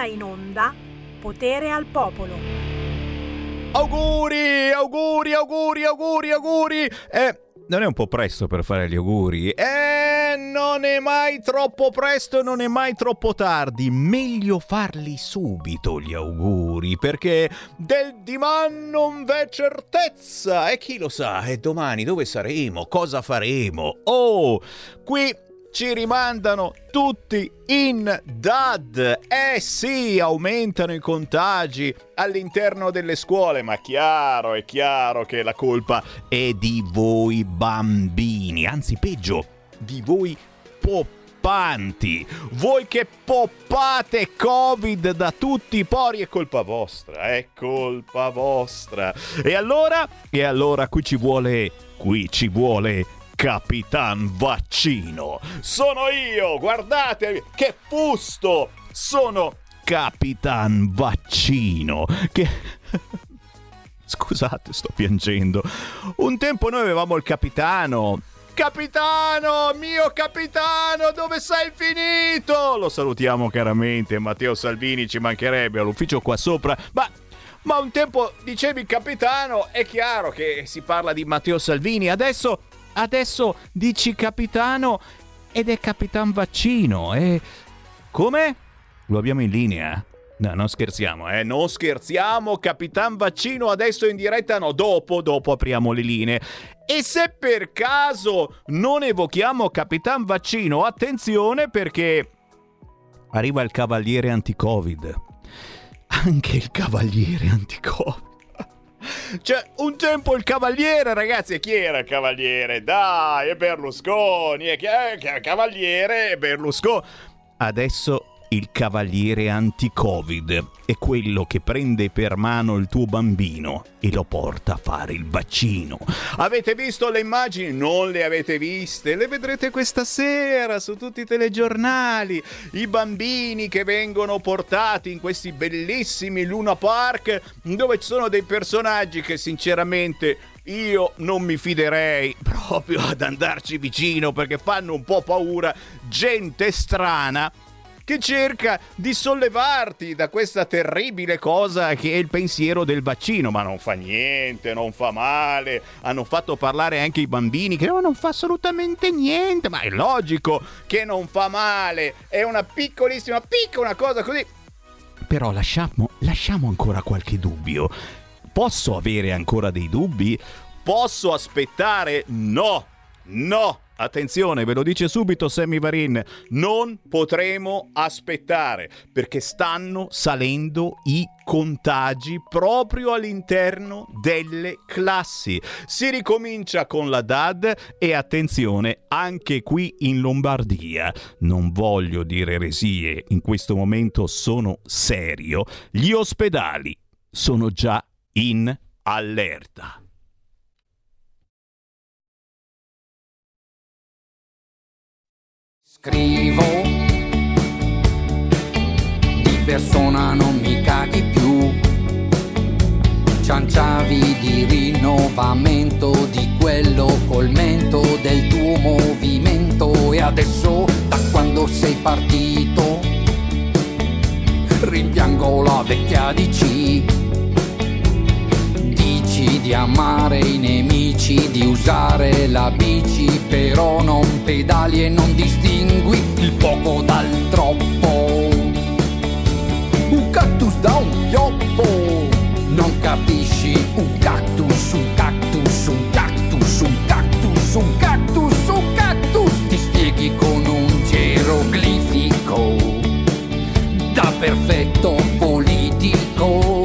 ora in onda Potere al Popolo. Auguri, auguri, auguri, auguri, auguri. Non è un po' presto per fare gli auguri? Non è mai troppo presto, non è mai troppo tardi. Meglio farli subito gli auguri, perché del diman non v'è certezza. E chi lo sa, e domani dove saremo? Cosa faremo? Oh, qui ci rimandano tutti in DAD. Sì, aumentano i contagi all'interno delle scuole, ma è chiaro che la colpa è di voi bambini, anzi peggio, di voi poppanti. Voi che poppate Covid da tutti i pori, è colpa vostra, è colpa vostra. E allora qui ci vuole Capitan Vaccino. Sono io, guardate che fusto, sono Capitan Vaccino. Che scusate, sto piangendo. Un tempo noi avevamo il capitano, mio capitano, dove sei finito? Lo salutiamo caramente, Matteo Salvini, ci mancherebbe, all'ufficio qua sopra. Ma un tempo dicevi capitano, è chiaro che si parla di Matteo Salvini. Adesso dici capitano ed è Capitan Vaccino. Come? Lo abbiamo in linea? No, non scherziamo, non scherziamo. Capitan Vaccino adesso in diretta? No, dopo apriamo le linee. E se per caso non evochiamo Capitan Vaccino, attenzione, perché arriva il cavaliere anti-Covid. Anche il cavaliere anti-Covid. Cioè, un tempo il cavaliere, ragazzi, e chi era il cavaliere? Dai, è Berlusconi, cavaliere è Berlusconi. Adesso il cavaliere anti-Covid è quello che prende per mano il tuo bambino e lo porta a fare il vaccino. Avete visto le immagini? Non le avete viste? Le vedrete questa sera su tutti i telegiornali. I bambini che vengono portati in questi bellissimi Luna Park, dove ci sono dei personaggi che sinceramente io non mi fiderei proprio ad andarci vicino, perché fanno un po' paura. Gente strana che cerca di sollevarti da questa terribile cosa che è il pensiero del vaccino. Ma non fa niente, non fa male. Hanno fatto parlare anche i bambini che non fa assolutamente niente. Ma è logico che non fa male, è una piccolissima piccola cosa così. Però lasciamo ancora qualche dubbio. Posso avere ancora dei dubbi? Posso aspettare? No. Attenzione, ve lo dice subito Sammy Varin, non potremo aspettare, perché stanno salendo i contagi proprio all'interno delle classi. Si ricomincia con la DAD e attenzione, anche qui in Lombardia, non voglio dire eresie, in questo momento sono serio, gli ospedali sono già in allerta. Scrivo, di persona non mi caghi più, cianciavi di rinnovamento di quello col mento del tuo movimento, e adesso da quando sei partito rimpiango la vecchia DC. Di amare i nemici, di usare la bici, però non pedali e non distingui il poco dal troppo. Un cactus da un pioppo, non capisci un cactus, un cactus, un cactus, un cactus, un cactus, un cactus. Ti spieghi con un geroglifico da perfetto politico,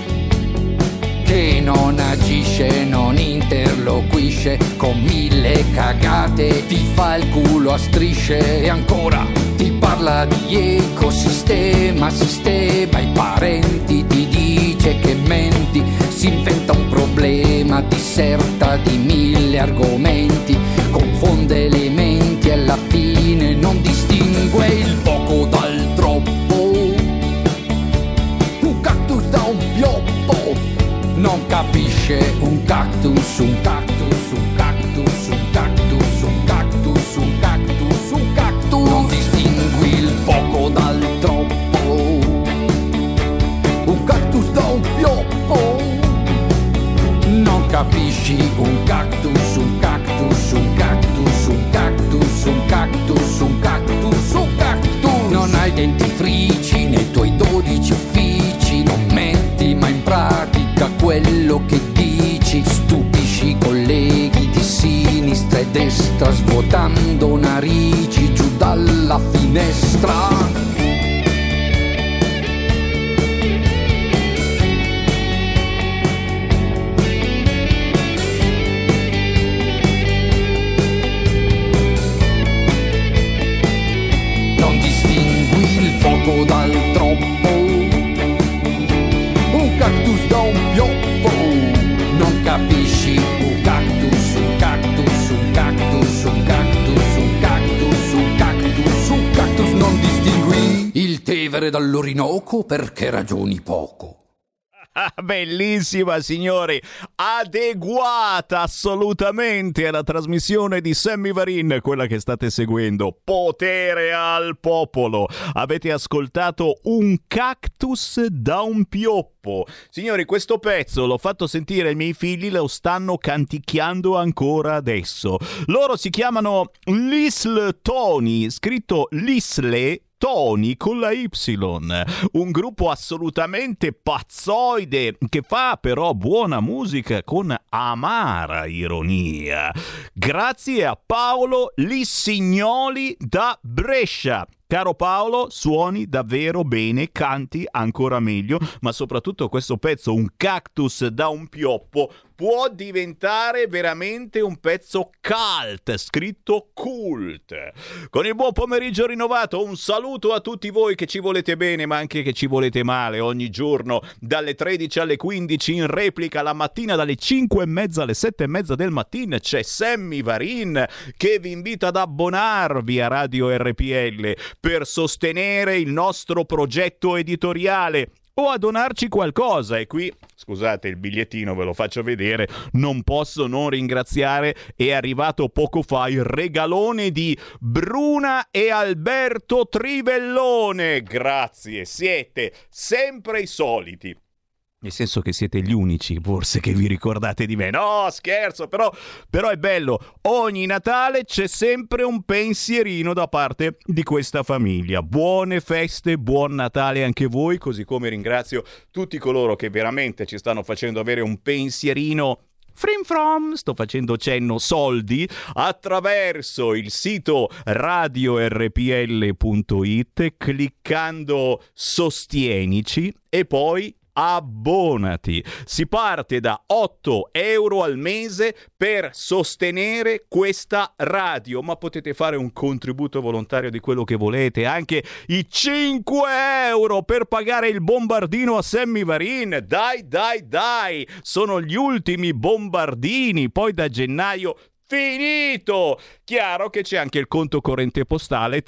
che non agisce, non interloquisce, con mille cagate ti fa il culo a strisce, e ancora ti parla di ecosistema, sistema, ai parenti ti dice che menti, si inventa un problema, disserta di mille argomenti, confonde elementi e alla fine non distingue il poco dal troppo. Un cactus da un pioppo, non capisce un cactus, un cactus, un cactus, un cactus, un cactus, un cactus, un cactus. Non distingui il poco dal troppo. dentifrici nei tuoi 12 uffici, non metti mai in pratica quello che dici, stupisci i colleghi di sinistra e destra, svuotando narici giù dalla finestra. Dal troppo, un cactus da un pioppo, non capisci un cactus, un cactus, un cactus, un cactus, un cactus, un cactus, un cactus, non distingui il Tevere dall'Orinoco perché ragioni poco. Bellissima, signori, adeguata assolutamente alla trasmissione di Sammy Varin, quella che state seguendo, Potere al Popolo. Avete ascoltato Un cactus da un pioppo. Signori, questo pezzo l'ho fatto sentire ai miei figli, lo stanno canticchiando ancora adesso. Loro si chiamano Lisle Tony, scritto Lisle Tony con la Y, un gruppo assolutamente pazzoide che fa però buona musica con amara ironia. Grazie a Paolo Lissignoli da Brescia. Caro Paolo, suoni davvero bene, canti ancora meglio, ma soprattutto questo pezzo, Un cactus da un pioppo, può diventare veramente un pezzo cult, scritto cult. Con il buon pomeriggio rinnovato, un saluto a tutti voi che ci volete bene, ma anche che ci volete male. Ogni giorno dalle 13 alle 15 in replica, la mattina dalle 5:30 alle 7:30 del mattino c'è Sammy Varin che vi invita ad abbonarvi a Radio RPL per sostenere il nostro progetto editoriale o a donarci qualcosa. E qui, scusate, il bigliettino ve lo faccio vedere, non posso non ringraziare, è arrivato poco fa il regalone di Bruna e Alberto Trivellone. Grazie, siete sempre i soliti. Nel senso che siete gli unici, forse, che vi ricordate di me. No, scherzo, però è bello. Ogni Natale c'è sempre un pensierino da parte di questa famiglia. Buone feste, buon Natale anche voi, così come ringrazio tutti coloro che veramente ci stanno facendo avere un pensierino Frim from, sto facendo cenno, soldi, attraverso il sito radiorpl.it, cliccando Sostienici e poi abbonati. Si parte da 8 euro al mese per sostenere questa radio, ma potete fare un contributo volontario di quello che volete, anche i 5 euro per pagare il bombardino a Sammy Varin. Dai, sono gli ultimi bombardini, poi da gennaio finito! Chiaro che c'è anche il conto corrente postale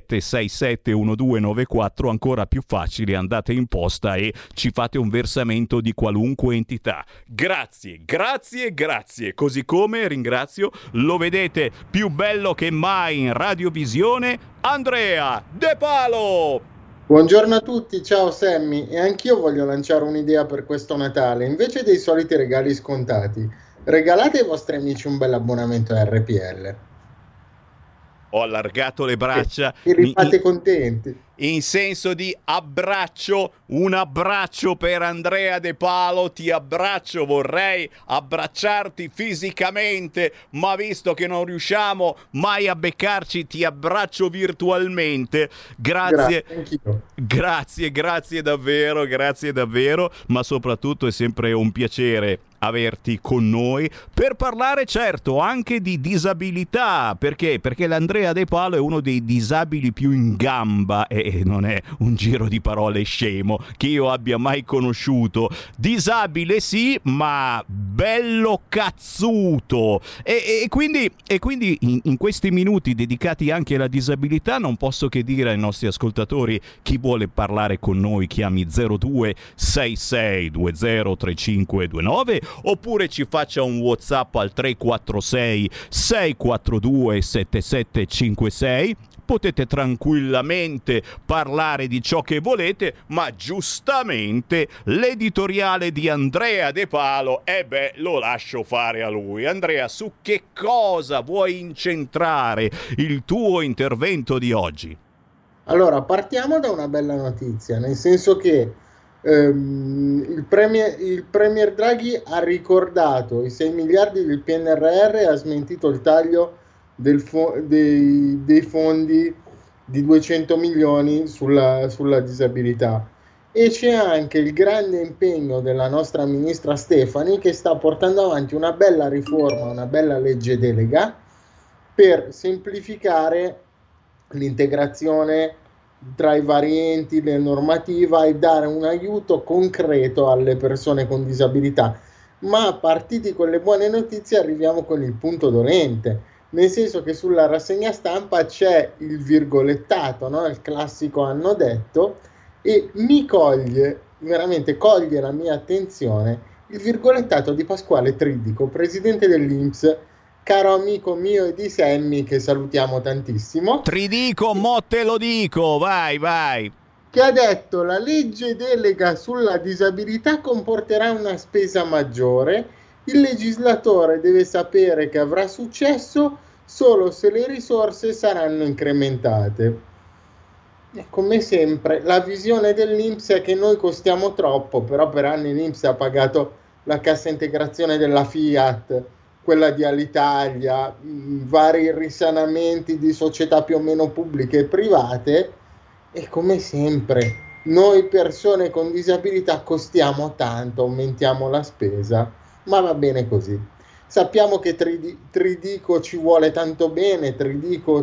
37671294, ancora più facile, andate in posta e ci fate un versamento di qualunque entità. Grazie, così come ringrazio, lo vedete più bello che mai in radiovisione, Andrea De Palo! Buongiorno a tutti, ciao Sammy, e anch'io voglio lanciare un'idea per questo Natale. Invece dei soliti regali scontati, regalate ai vostri amici un bel abbonamento a RPL. Ho allargato le braccia. E li fate contenti. In senso di abbraccio, un abbraccio per Andrea De Palo, ti abbraccio, vorrei abbracciarti fisicamente, ma visto che non riusciamo mai a beccarci, ti abbraccio virtualmente. Grazie davvero, ma soprattutto è sempre un piacere averti con noi per parlare, certo, anche di disabilità. Perché l'Andrea De Palo è uno dei disabili più in gamba, e non è un giro di parole scemo, che io abbia mai conosciuto. Disabile sì, ma bello cazzuto. E quindi in questi minuti dedicati anche alla disabilità non posso che dire ai nostri ascoltatori: chi vuole parlare con noi chiami 0266203529 oppure ci faccia un WhatsApp al 346 642 7756. Potete tranquillamente parlare di ciò che volete, ma giustamente l'editoriale di Andrea De Palo, lo lascio fare a lui. Andrea, su che cosa vuoi incentrare il tuo intervento di oggi? Allora, partiamo da una bella notizia, nel senso che il Premier Draghi ha ricordato i 6 miliardi del PNRR e ha smentito il taglio dei fondi di 200 milioni sulla disabilità. E c'è anche il grande impegno della nostra ministra Stefani, che sta portando avanti una bella riforma, una bella legge delega per semplificare l'integrazione tra i vari enti, la normativa, e dare un aiuto concreto alle persone con disabilità. Ma partiti con le buone notizie arriviamo con il punto dolente, nel senso che sulla rassegna stampa c'è il virgolettato, no? Il classico "hanno detto", e mi coglie la mia attenzione il virgolettato di Pasquale Tridico, presidente dell'INPS, caro amico mio e di Semmi, che salutiamo tantissimo. Tridico, mo te lo dico, vai. Che ha detto: la legge delega sulla disabilità comporterà una spesa maggiore, il legislatore deve sapere che avrà successo solo se le risorse saranno incrementate. Come sempre, la visione dell'INPS è che noi costiamo troppo, però per anni l'INPS ha pagato la cassa integrazione della Fiat, quella di Alitalia, vari risanamenti di società più o meno pubbliche e private, e come sempre noi persone con disabilità costiamo tanto, aumentiamo la spesa, ma va bene così. Sappiamo che Tridico ci vuole tanto bene, Tridico,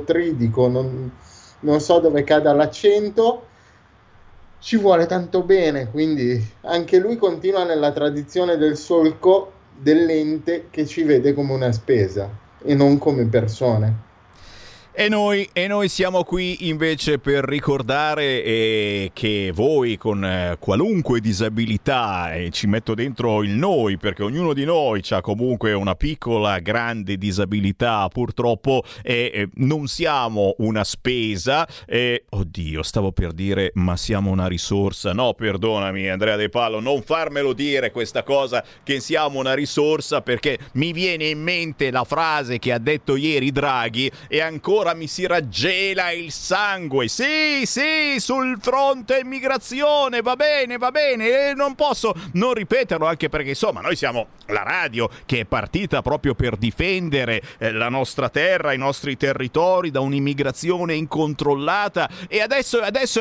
non so dove cada l'accento, ci vuole tanto bene, quindi anche lui continua nella tradizione del solco dell'ente che ci vede come una spesa e non come persone. E noi siamo qui invece per ricordare che voi con qualunque disabilità, e ci metto dentro il noi perché ognuno di noi ha comunque una piccola, grande disabilità purtroppo, e non siamo una spesa, oddio, stavo per dire ma siamo una risorsa. No, perdonami Andrea De Pallo, non farmelo dire questa cosa che siamo una risorsa, perché mi viene in mente la frase che ha detto ieri Draghi e ancora mi si raggela il sangue. Sì, sul fronte immigrazione, va bene, e non posso non ripeterlo, anche perché insomma noi siamo la radio che è partita proprio per difendere la nostra terra, i nostri territori da un'immigrazione incontrollata, e adesso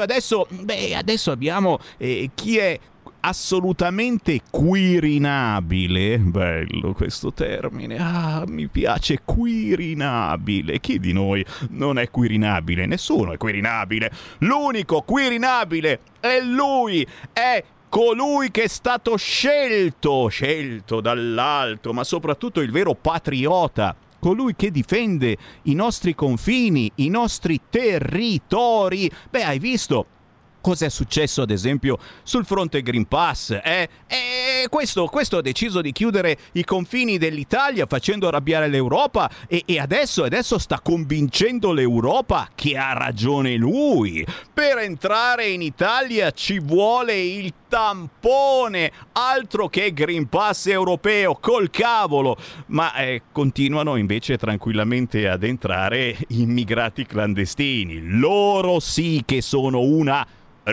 abbiamo chi è assolutamente quirinabile. Bello questo termine, mi piace, quirinabile. Chi di noi non è quirinabile? Nessuno è quirinabile. L'unico quirinabile è lui, è colui che è stato scelto dall'alto, ma soprattutto il vero patriota, colui che difende i nostri confini, i nostri territori. Hai visto cosa è successo ad esempio sul fronte Green Pass? Questo ha deciso di chiudere i confini dell'Italia facendo arrabbiare l'Europa, e adesso sta convincendo l'Europa che ha ragione lui. Per entrare in Italia ci vuole il tampone, altro che Green Pass europeo, col cavolo. Ma continuano invece tranquillamente ad entrare immigrati clandestini. Loro sì che sono una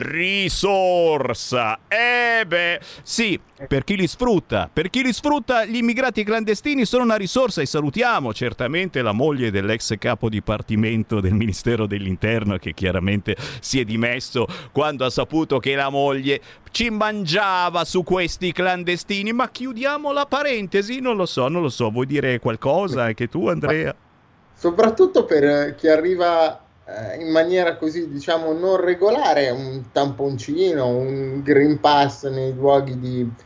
risorsa. Sì, per chi li sfrutta, gli immigrati clandestini sono una risorsa, e salutiamo certamente la moglie dell'ex capo dipartimento del Ministero dell'Interno, che chiaramente si è dimesso quando ha saputo che la moglie ci mangiava su questi clandestini. Ma chiudiamo la parentesi, non lo so, vuoi dire qualcosa anche tu, Andrea? Soprattutto per chi arriva in maniera così, diciamo, non regolare, un tamponcino, un Green Pass nei luoghi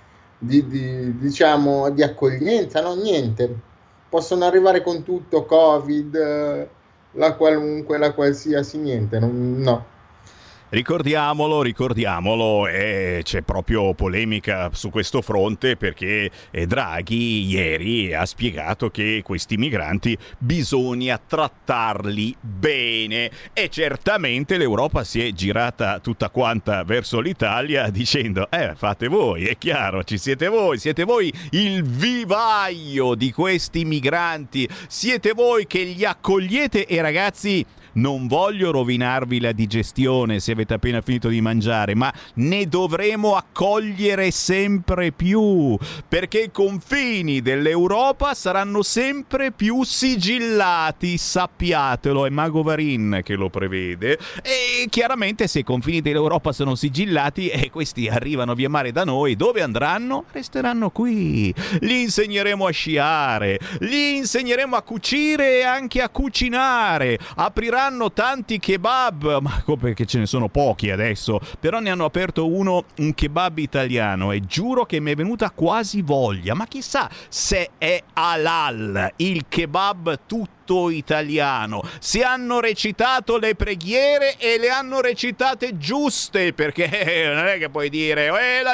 di accoglienza, no, niente. Possono arrivare con tutto, Covid, la qualunque, la qualsiasi, niente, no. Ricordiamolo, c'è proprio polemica su questo fronte, perché Draghi ieri ha spiegato che questi migranti bisogna trattarli bene, e certamente l'Europa si è girata tutta quanta verso l'Italia dicendo fate voi, è chiaro, siete voi il vivaio di questi migranti, siete voi che li accogliete. E ragazzi, non voglio rovinarvi la digestione se avete appena finito di mangiare, ma ne dovremo accogliere sempre più, perché i confini dell'Europa saranno sempre più sigillati, sappiatelo, è Mago Varin che lo prevede, e chiaramente se i confini dell'Europa sono sigillati e questi arrivano via mare da noi, dove andranno? Resteranno qui. Gli insegneremo a sciare, gli insegneremo a cucire e anche a cucinare, apriranno tanti kebab, ma perché ce ne sono pochi adesso, però ne hanno aperto uno, un kebab italiano, e giuro che mi è venuta quasi voglia, ma chissà se è halal il kebab tutto italiano, si hanno recitato le preghiere e le hanno recitate giuste, perché non è che puoi dire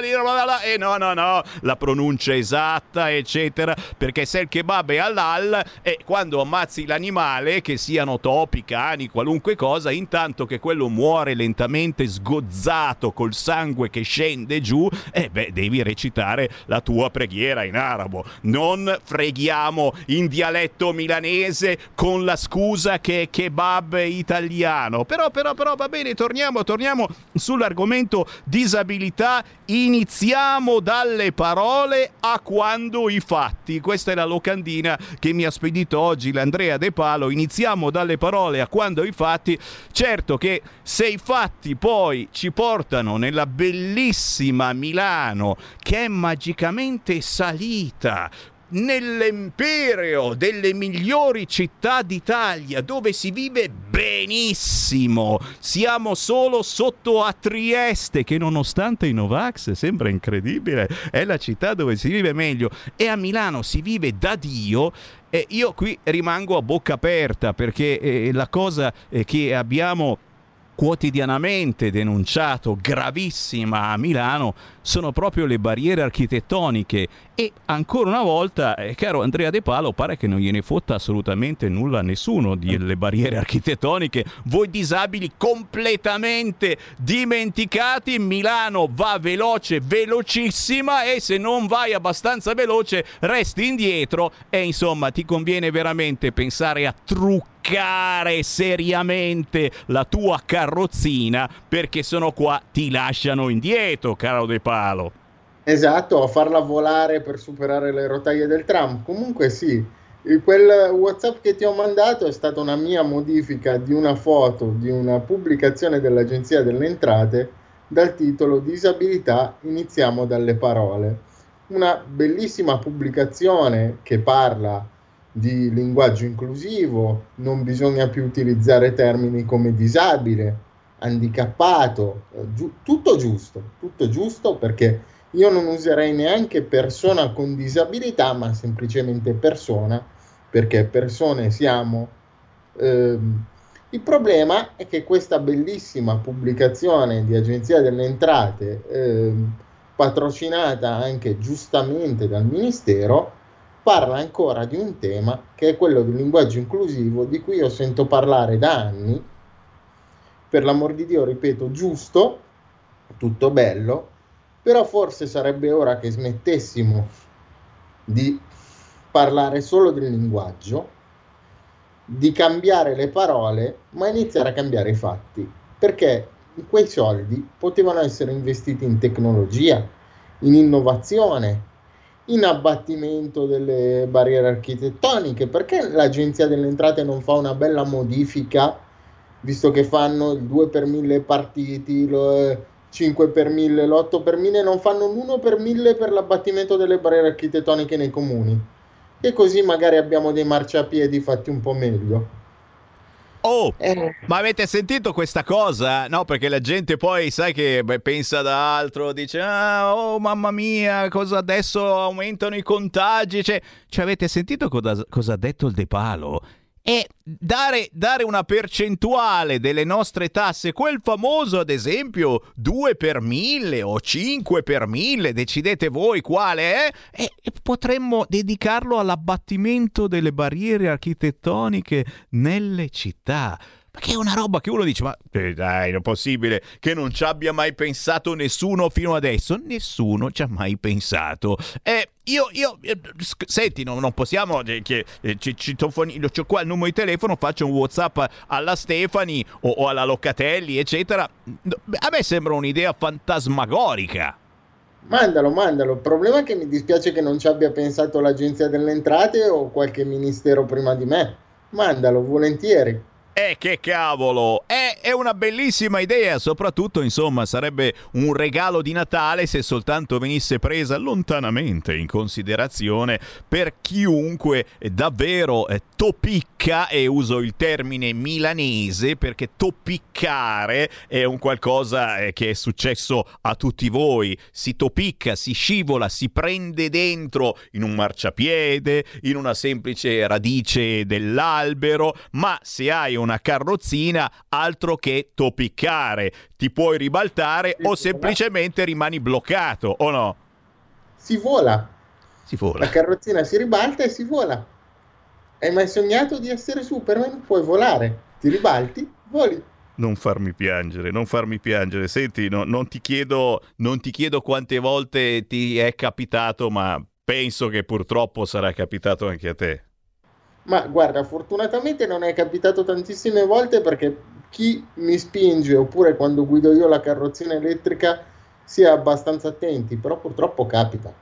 no, la pronuncia esatta eccetera, perché se il kebab è halal, e quando ammazzi l'animale, che siano topi, cani, qualunque cosa, intanto che quello muore lentamente sgozzato col sangue che scende giù, devi recitare la tua preghiera in arabo, non freghiamo in dialetto milanese con la scusa che è kebab italiano. Però va bene, torniamo sull'argomento disabilità, iniziamo dalle parole a quando i fatti. Questa è la locandina che mi ha spedito oggi l'Andrea De Palo, iniziamo dalle parole a quando i fatti. Certo che se i fatti poi ci portano nella bellissima Milano, che è magicamente salita nell'empirio delle migliori città d'Italia, dove si vive benissimo, siamo solo sotto a Trieste, che nonostante i Novax sembra incredibile, è la città dove si vive meglio, e a Milano si vive da Dio. E io qui rimango a bocca aperta, perché la cosa che abbiamo quotidianamente denunciato gravissima a Milano sono proprio le barriere architettoniche, e ancora una volta, caro Andrea De Palo, pare che non gliene fotta assolutamente nulla a nessuno delle barriere architettoniche. Voi disabili completamente dimenticati, Milano va veloce, velocissima, e se non vai abbastanza veloce resti indietro, e insomma ti conviene veramente pensare a truccare seriamente la tua carrozzina, perché sono qua ti lasciano indietro, caro De Palo. Esatto, a farla volare per superare le rotaie del tram. Comunque sì, quel WhatsApp che ti ho mandato è stata una mia modifica di una foto di una pubblicazione dell'Agenzia delle Entrate dal titolo "Disabilità, iniziamo dalle parole". Una bellissima pubblicazione che parla di linguaggio inclusivo, non bisogna più utilizzare termini come disabile, handicappato, tutto giusto, perché io non userei neanche persona con disabilità, ma semplicemente persona, perché persone siamo. Il problema è che questa bellissima pubblicazione di Agenzia delle Entrate, patrocinata anche giustamente dal Ministero, parla ancora di un tema che è quello del linguaggio inclusivo, di cui io sento parlare da anni. Per l'amor di Dio, ripeto, giusto, tutto bello, però forse sarebbe ora che smettessimo di parlare solo del linguaggio, di cambiare le parole, ma iniziare a cambiare i fatti, perché quei soldi potevano essere investiti in tecnologia, in innovazione, in abbattimento delle barriere architettoniche. Perché l'Agenzia delle Entrate non fa una bella modifica, visto che fanno il 2 per 1000 partiti, il 5 per 1000, l'8 per 1000, non fanno l'1 per 1000 per l'abbattimento delle barriere architettoniche nei comuni, e così magari abbiamo dei marciapiedi fatti un po' meglio. Oh, ma avete sentito questa cosa? No, perché la gente poi, sai che pensa ad altro, dice, oh mamma mia, cosa adesso aumentano i contagi, cioè avete sentito cosa ha detto il De Palo? E dare una percentuale delle nostre tasse, quel famoso ad esempio 2 per 1000 o 5 per 1000, decidete voi quale è, e potremmo dedicarlo all'abbattimento delle barriere architettoniche nelle città. Perché è una roba che uno dice, ma dai, non è possibile che non ci abbia mai pensato nessuno fino adesso. Nessuno ci ha mai pensato. Senti, non possiamo che c'ho qua il numero di telefono, faccio un WhatsApp alla Stefani o alla Locatelli, eccetera. A me sembra un'idea fantasmagorica. Mandalo. Il problema è che mi dispiace che non ci abbia pensato l'Agenzia delle Entrate o qualche ministero prima di me. Mandalo, volentieri. Che cavolo, è una bellissima idea, soprattutto, insomma, sarebbe un regalo di Natale se soltanto venisse presa lontanamente in considerazione per chiunque davvero topicca, e uso il termine milanese perché topiccare è un qualcosa che è successo a tutti voi. Si topicca, si scivola, si prende dentro in un marciapiede, in una semplice radice dell'albero, ma se hai una carrozzina, altro che topiccare, ti puoi ribaltare o semplicemente rimani bloccato, o no? Si vola. La carrozzina si ribalta e si vola. Hai mai sognato di essere Superman? Puoi volare, ti ribalti, voli. Non farmi piangere. Senti, non ti chiedo quante volte ti è capitato, ma penso che purtroppo sarà capitato anche a te. Ma guarda, fortunatamente non è capitato tantissime volte, perché chi mi spinge, oppure quando guido io la carrozzina elettrica, si è abbastanza attenti, però purtroppo capita.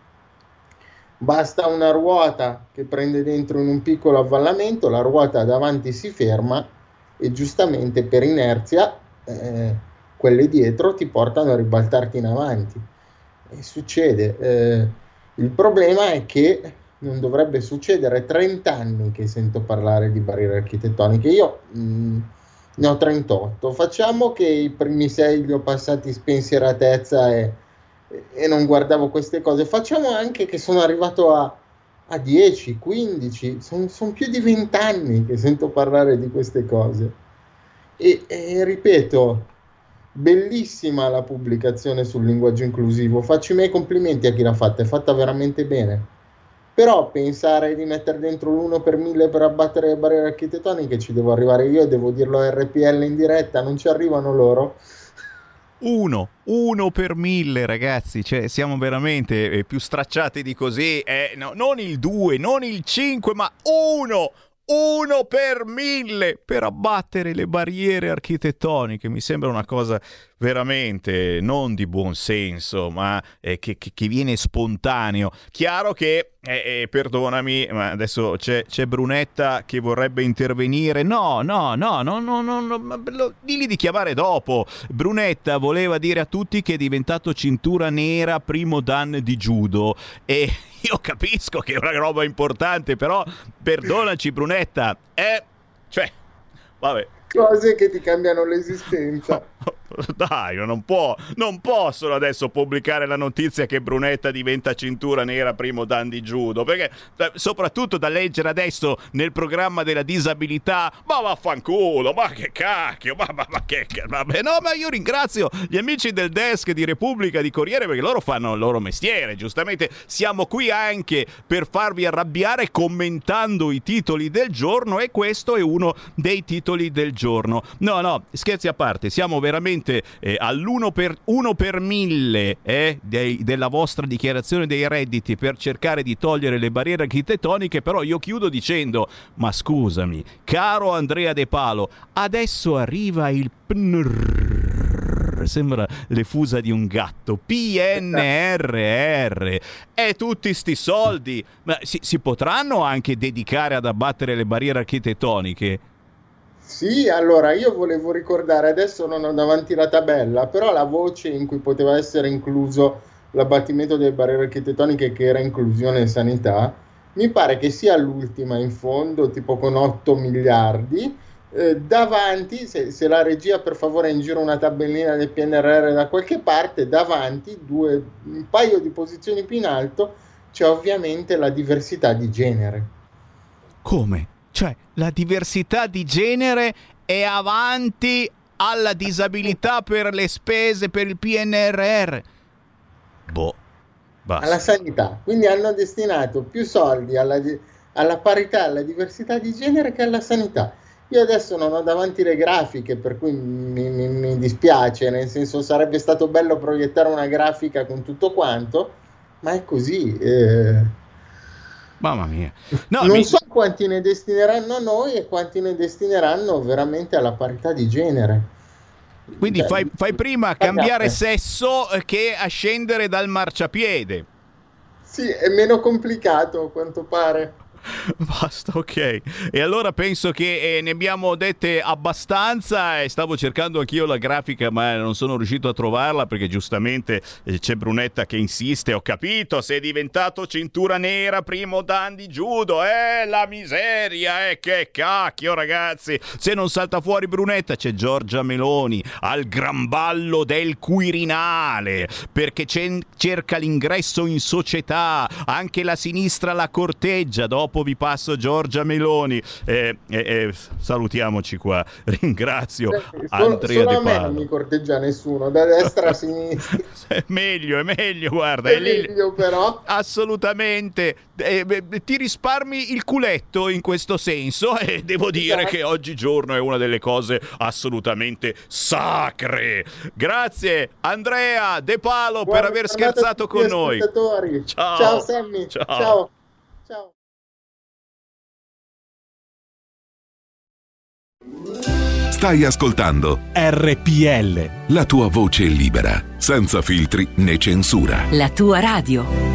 Basta una ruota che prende dentro in un piccolo avvallamento, la ruota davanti si ferma e giustamente per inerzia quelle dietro ti portano a ribaltarti in avanti. E succede. Il problema è che non dovrebbe succedere. 30 anni che sento parlare di barriere architettoniche. Io ne ho 38. Facciamo che i primi 6 li ho passati spensieratezza e non guardavo queste cose. Facciamo anche che sono arrivato a 10, 15. Sono più di 20 anni che sento parlare di queste cose. E ripeto, bellissima la pubblicazione sul linguaggio inclusivo. Faccio i miei complimenti a chi l'ha fatta. È fatta veramente bene. Però pensare di mettere dentro l'1 per 1000 per abbattere le barriere architettoniche, ci devo arrivare io, devo dirlo a RPL in diretta, non ci arrivano loro. Uno per 1000, ragazzi, cioè siamo veramente più stracciati di così, no, non il 2, non il 5, ma uno per 1000 per abbattere le barriere architettoniche. Mi sembra una cosa veramente non di buon senso, ma che viene spontaneo. Chiaro che, perdonami, ma adesso c'è Brunetta che vorrebbe intervenire. No, digli di chiamare dopo. Brunetta voleva dire a tutti che è diventato cintura nera primo dan di judo, e io capisco che è una roba importante, però perdonaci Brunetta, cioè, vabbè. Cose che ti cambiano l'esistenza. Dai, non possono adesso pubblicare la notizia che Brunetta diventa cintura nera primo dan di judo, perché soprattutto da leggere adesso nel programma della disabilità, ma vaffanculo, ma che cacchio, ma che vabbè, no, ma io ringrazio gli amici del desk di Repubblica, di Corriere, perché loro fanno il loro mestiere. Giustamente siamo qui anche per farvi arrabbiare commentando i titoli del giorno, e questo è uno dei titoli del giorno. No, scherzi a parte, siamo veramente all'1 per 1000 della vostra dichiarazione dei redditi per cercare di togliere le barriere architettoniche. Però io chiudo dicendo: ma scusami, caro Andrea De Palo, adesso arriva il PNRR, sembra le fusa di un gatto, PNRR, e tutti sti soldi, ma si potranno anche dedicare ad abbattere le barriere architettoniche? Sì, allora io volevo ricordare, adesso non ho davanti la tabella, però la voce in cui poteva essere incluso l'abbattimento delle barriere architettoniche, che era inclusione e sanità, mi pare che sia l'ultima in fondo, tipo con 8 miliardi. Davanti, se la regia per favore in giro una tabellina del PNRR da qualche parte, davanti, un paio di posizioni più in alto, c'è ovviamente la diversità di genere. Come? Cioè, la diversità di genere è avanti alla disabilità per le spese per il PNRR? Basta. Alla sanità. Quindi hanno destinato più soldi alla parità, alla diversità di genere che alla sanità. Io adesso non ho davanti le grafiche, per cui mi dispiace, nel senso sarebbe stato bello proiettare una grafica con tutto quanto, ma è così. Mamma mia. No, non so quanti ne destineranno a noi e quanti ne destineranno veramente alla parità di genere. Quindi fai prima a cambiare sesso che a scendere dal marciapiede. Sì, è meno complicato a quanto pare. Basta, ok. E allora penso che ne abbiamo dette abbastanza, e stavo cercando anch'io la grafica ma non sono riuscito a trovarla perché giustamente c'è Brunetta che insiste. Ho capito, sei diventato cintura nera, primo dan di judo, la miseria, che cacchio ragazzi. Se non salta fuori Brunetta c'è Giorgia Meloni al gran ballo del Quirinale perché cerca l'ingresso in società, anche la sinistra la corteggia. Dopo vi passo Giorgia Meloni. Salutiamoci qua. Ringrazio Andrea De Palo. A me non mi corteggia nessuno, da destra a sinistra. È meglio, guarda. È meglio però. Assolutamente. Ti risparmi il culetto in questo senso e devo dire che oggigiorno è una delle cose assolutamente sacre. Grazie Andrea De Palo per aver scherzato con noi. Ciao Sammy. Ciao. Stai ascoltando RPL, la tua voce libera, senza filtri né censura. La tua radio.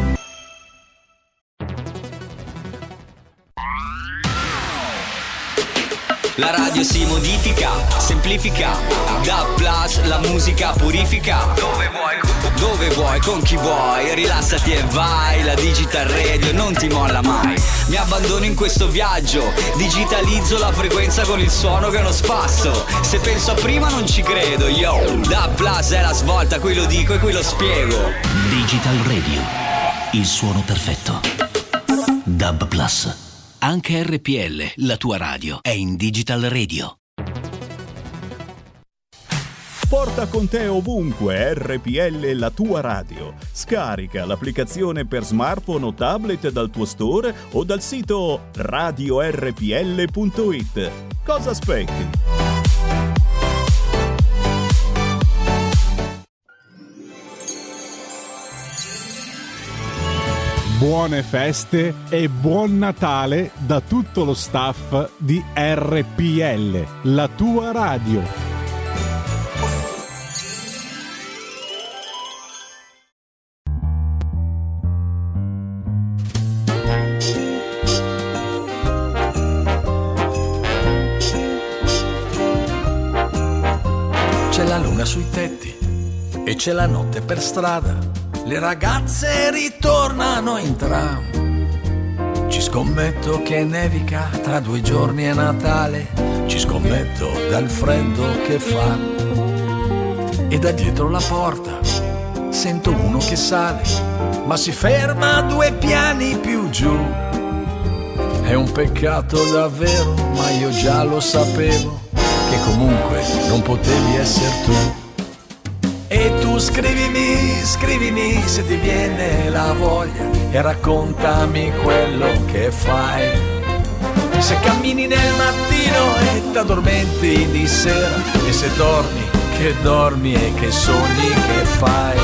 La radio si modifica, semplifica, da plus la musica purifica. Dove vuoi, con chi vuoi, rilassati e vai. La Digital Radio non ti molla mai. Mi abbandono in questo viaggio, digitalizzo la frequenza con il suono che non spasso. Se penso a prima non ci credo, yo. Da plus è la svolta, qui lo dico e qui lo spiego. Digital Radio, il suono perfetto. Dub Plus. Anche RPL, la tua radio, è in Digital Radio. Porta con te ovunque RPL, la tua radio. Scarica l'applicazione per smartphone o tablet dal tuo store o dal sito radiorpl.it. Cosa aspetti? Buone feste e buon Natale da tutto lo staff di RPL, la tua radio. C'è la luna sui tetti e c'è la notte per strada. Le ragazze ritornano in tram. Ci scommetto che nevica, tra 2 giorni è Natale. Ci scommetto dal freddo che fa. E da dietro la porta sento uno che sale, ma si ferma 2 piani più giù. È un peccato davvero, ma io già lo sapevo, che comunque non potevi essere tu. E tu scrivimi se ti viene la voglia e raccontami quello che fai. Se cammini nel mattino e t'addormenti di sera, e se dormi, che dormi e che sogni che fai.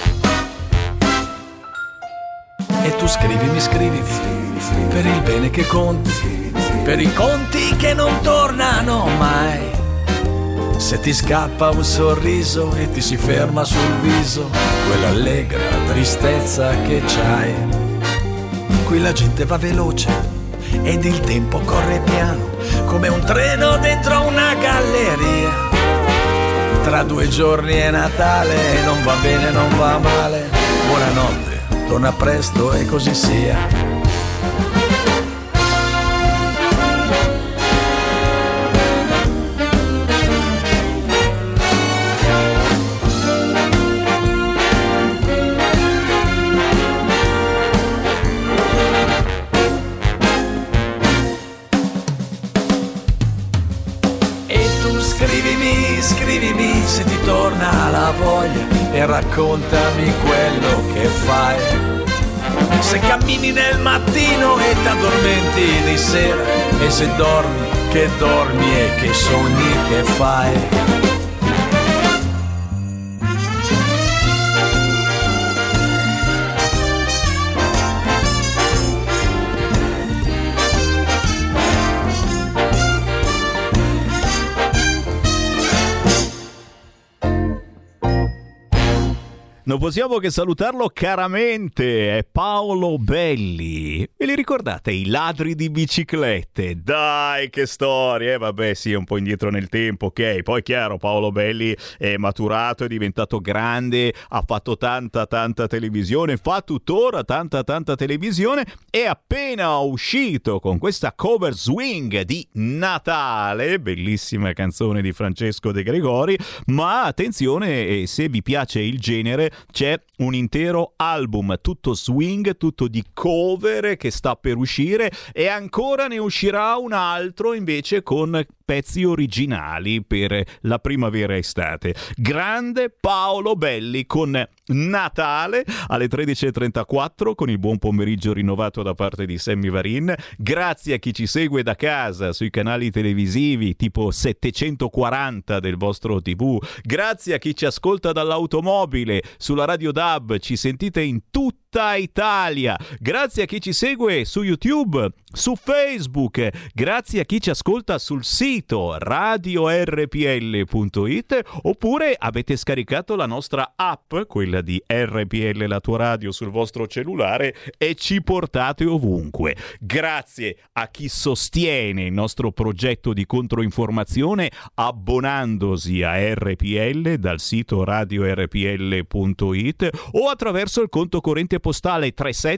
E tu scrivimi per il bene che conti, per i conti che non tornano mai. Se ti scappa un sorriso e ti si ferma sul viso quell'allegra tristezza che c'hai. Qui la gente va veloce ed il tempo corre piano, come un treno dentro una galleria. Tra 2 giorni è Natale, non va bene, non va male. Buonanotte, torna presto e così sia. Scrivimi se ti torna la voglia e raccontami quello che fai. Se cammini nel mattino e t'addormenti di sera, e se dormi, che dormi e che sogni che fai. Non possiamo che salutarlo caramente, è Paolo Belli. Ve li ricordate, i ladri di biciclette? Dai, che storie! Vabbè, sì, un po' indietro nel tempo, ok. Poi chiaro, Paolo Belli è maturato, è diventato grande, ha fatto tanta televisione, fa tuttora tanta televisione, è appena uscito con questa cover swing di Natale, bellissima canzone di Francesco De Gregori, ma attenzione, se vi piace il genere, c'è un intero album tutto swing, tutto di cover che sta per uscire, e ancora ne uscirà un altro invece con pezzi originali per la primavera-estate. Grande Paolo Belli con Natale alle 13.34 con il buon pomeriggio rinnovato da parte di Sammy Varin. Grazie a chi ci segue da casa sui canali televisivi tipo 740 del vostro TV. Grazie a chi ci ascolta dall'automobile sulla Radio DAB, ci sentite in tutta Italia. Grazie a chi ci segue su YouTube, su Facebook, grazie a chi ci ascolta sul sito radiorpl.it, oppure avete scaricato la nostra app, quella di RPL La Tua Radio sul vostro cellulare, e ci portate ovunque. Grazie a chi sostiene il nostro progetto di controinformazione abbonandosi a RPL dal sito radiorpl.it o attraverso il conto corrente postale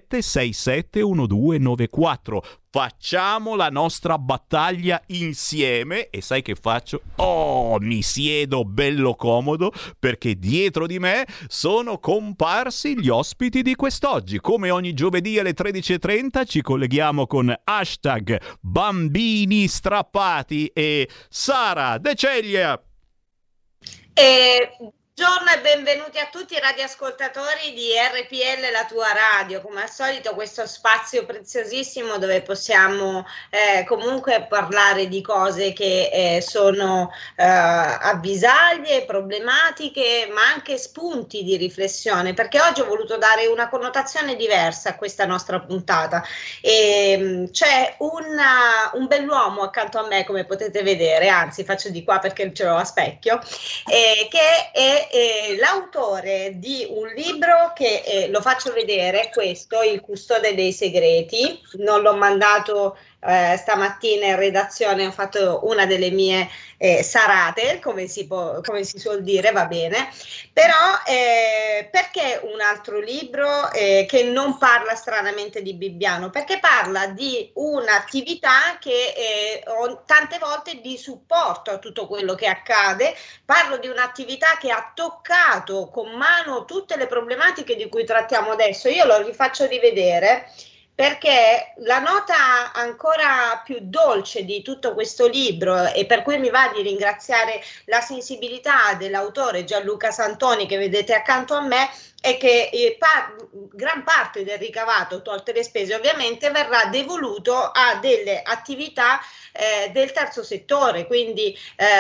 37671294. Facciamo la nostra battaglia insieme, e sai che faccio? Mi siedo bello comodo perché dietro di me sono comparsi gli ospiti di quest'oggi. Come ogni giovedì alle 13.30 ci colleghiamo con hashtag Bambini Strappati e Sara De Ceglia. Buongiorno e benvenuti a tutti i radioascoltatori di RPL La Tua Radio. Come al solito questo spazio preziosissimo dove possiamo comunque parlare di cose che sono avvisaglie, problematiche, ma anche spunti di riflessione, perché oggi ho voluto dare una connotazione diversa a questa nostra puntata. C'è un bell'uomo accanto a me, come potete vedere, anzi faccio di qua perché ce l'ho a specchio, che è l'autore di un libro che lo faccio vedere, questo, Il custode dei segreti. Non l'ho mandato stamattina in redazione, ho fatto una delle mie sarate, come si suol dire, va bene, però perché un altro libro che non parla stranamente di Bibbiano? Perché parla di un'attività che tante volte di supporto a tutto quello che accade. Parlo di un'attività che ha toccato con mano tutte le problematiche di cui trattiamo adesso. Io lo rifaccio rivedere perché la nota ancora più dolce di tutto questo libro, e per cui mi va di ringraziare la sensibilità dell'autore Gianluca Santoni, che vedete accanto a me, è che gran parte del ricavato, tolte le spese ovviamente, verrà devoluto a delle attività del terzo settore, quindi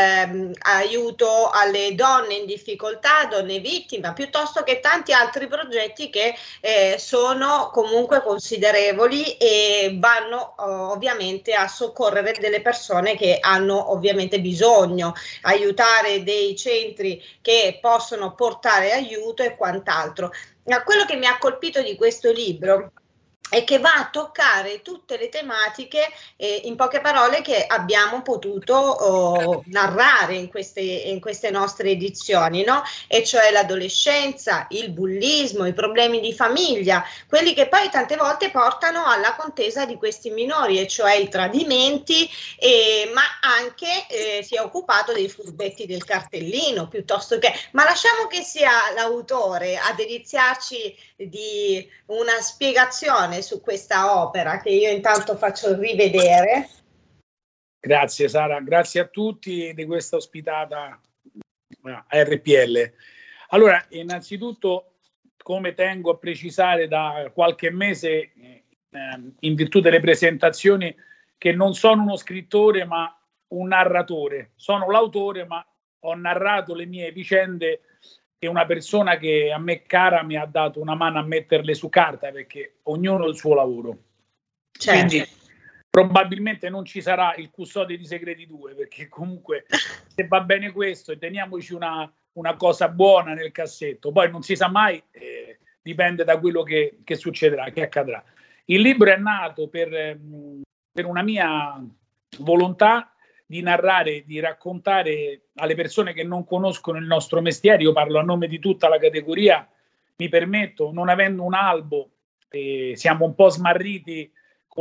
aiuto alle donne in difficoltà, donne vittime, piuttosto che tanti altri progetti che sono comunque considerevoli e vanno ovviamente a soccorrere delle persone che hanno ovviamente bisogno, aiutare dei centri che possono portare aiuto e quant'altro. Quello che mi ha colpito di questo libro e che va a toccare tutte le tematiche, in poche parole, che abbiamo potuto narrare in queste nostre edizioni, no? E cioè l'adolescenza, il bullismo, i problemi di famiglia, quelli che poi tante volte portano alla contesa di questi minori, e cioè i tradimenti, ma anche si è occupato dei furbetti del cartellino, piuttosto che... Ma lasciamo che sia l'autore a deliziarci di una spiegazione su questa opera, che io intanto faccio rivedere. Grazie Sara, grazie a tutti di questa ospitata a RPL. Allora, innanzitutto, come tengo a precisare da qualche mese, in virtù delle presentazioni, che non sono uno scrittore ma un narratore. Sono l'autore, ma ho narrato le mie vicende che una persona che a me cara mi ha dato una mano a metterle su carta, perché ognuno ha il suo lavoro. Certo. Quindi probabilmente non ci sarà il Custode di Segreti 2, perché comunque se va bene questo e teniamoci una cosa buona nel cassetto, poi non si sa mai, dipende da quello che succederà, che accadrà. Il libro è nato per una mia volontà di narrare, di raccontare alle persone che non conoscono il nostro mestiere. Io parlo a nome di tutta la categoria, mi permetto, non avendo un albo, siamo un po' smarriti con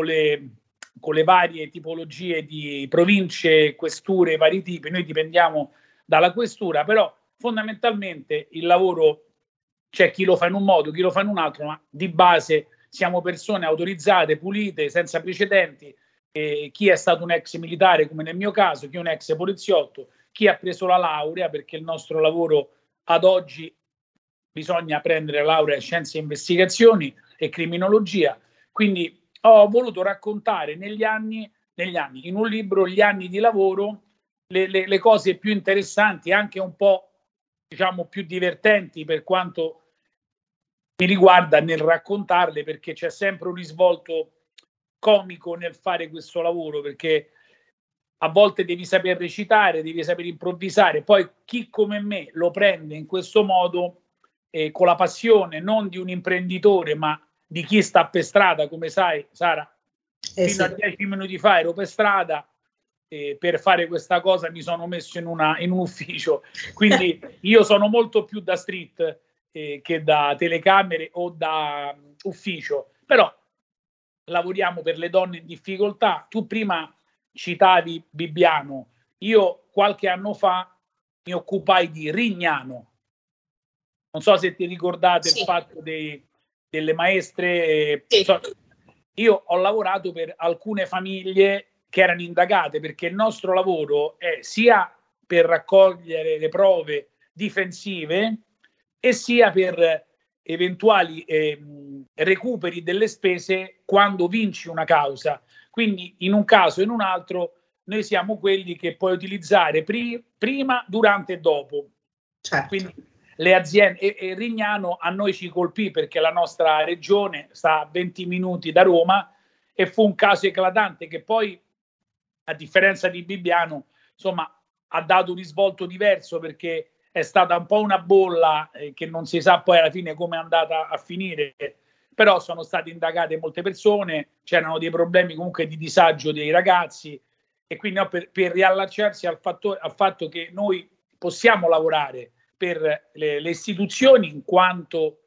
le varie tipologie di province, questure, vari tipi. Noi dipendiamo dalla questura, però fondamentalmente il lavoro c'è chi lo fa in un modo, chi lo fa in un altro, ma di base siamo persone autorizzate, pulite, senza precedenti. Chi è stato un ex militare, come nel mio caso, chi è un ex poliziotto, chi ha preso la laurea, perché il nostro lavoro ad oggi bisogna prendere la laurea in scienze e investigazioni e criminologia. Quindi ho voluto raccontare negli anni, in un libro, gli anni di lavoro, le cose più interessanti, anche un po', diciamo, più divertenti per quanto mi riguarda nel raccontarle, perché c'è sempre un risvolto comico nel fare questo lavoro, perché a volte devi saper recitare, devi saper improvvisare. Poi chi come me lo prende in questo modo, con la passione non di un imprenditore, ma di chi sta per strada, come sai, Sara, fino a 10 minuti fa ero per strada, per fare questa cosa mi sono messo in un ufficio, quindi io sono molto più da street che da telecamere o da ufficio, però lavoriamo per le donne in difficoltà. Tu prima citavi Bibbiano, io qualche anno fa mi occupai di Rignano, non so se ti ricordate il fatto delle maestre. Io ho lavorato per alcune famiglie che erano indagate, perché il nostro lavoro è sia per raccogliere le prove difensive e sia per eventuali recuperi delle spese quando vinci una causa. Quindi in un caso e in un altro noi siamo quelli che puoi utilizzare prima, durante e dopo. Quindi le aziende, e Rignano a noi ci colpì perché la nostra regione sta a 20 minuti da Roma, e fu un caso eclatante che poi, a differenza di Bibbiano, insomma, ha dato un risvolto diverso, perché è stata un po' una bolla che non si sa poi alla fine come è andata a finire, però sono state indagate molte persone, c'erano dei problemi comunque di disagio dei ragazzi, e quindi per riallacciarsi al fatto che noi possiamo lavorare per le istituzioni, in quanto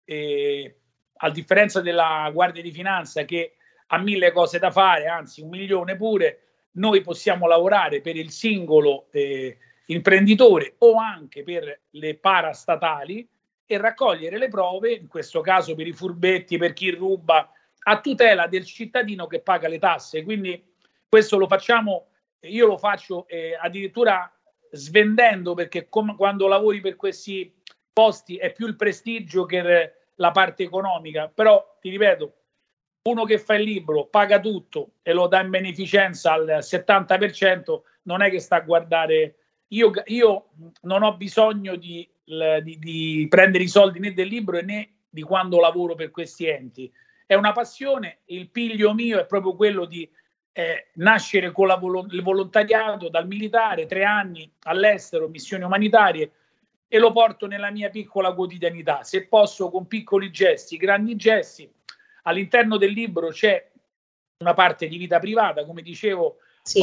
a differenza della Guardia di Finanza che ha 1000 cose da fare, anzi 1 milione pure, noi possiamo lavorare per il singolo imprenditore o anche per le parastatali e raccogliere le prove, in questo caso per i furbetti, per chi ruba, a tutela del cittadino che paga le tasse. Quindi questo lo facciamo, io lo faccio addirittura svendendo, perché quando lavori per questi posti è più il prestigio che la parte economica. Però ti ripeto, uno che fa il libro paga tutto e lo dà in beneficenza al 70%, non è che sta a guardare. Io non ho bisogno di prendere i soldi né del libro né di quando lavoro per questi enti. È una passione, il piglio mio è proprio quello di nascere con il volontariato dal militare, 3 anni all'estero, missioni umanitarie, e lo porto nella mia piccola quotidianità. Se posso, con piccoli gesti, grandi gesti. All'interno del libro c'è una parte di vita privata, come dicevo.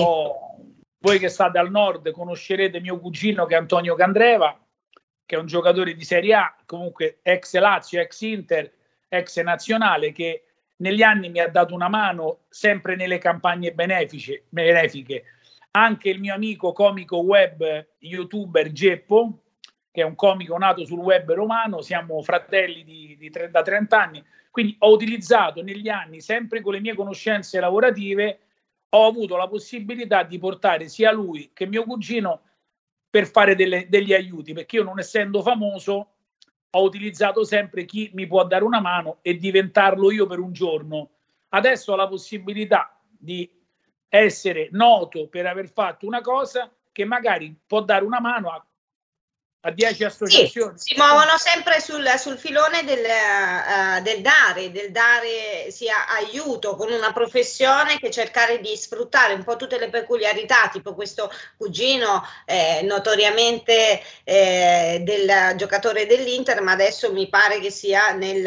Voi che state al nord conoscerete mio cugino, che è Antonio Candreva, che è un giocatore di Serie A, comunque ex Lazio, ex Inter, ex nazionale, che negli anni mi ha dato una mano sempre nelle campagne benefiche. Anche il mio amico comico web youtuber Geppo, che è un comico nato sul web romano, siamo fratelli da 30 anni, quindi ho utilizzato negli anni, sempre con le mie conoscenze lavorative, ho avuto la possibilità di portare sia lui che mio cugino per fare degli aiuti, perché io, non essendo famoso, ho utilizzato sempre chi mi può dare una mano e diventarlo io per un giorno. Adesso ho la possibilità di essere noto per aver fatto una cosa che magari può dare una mano a a 10 associazioni. Sì, si muovono sempre sul filone del dare sia aiuto con una professione che cercare di sfruttare un po' tutte le peculiarità, tipo questo cugino notoriamente del giocatore dell'Inter, ma adesso mi pare che sia nel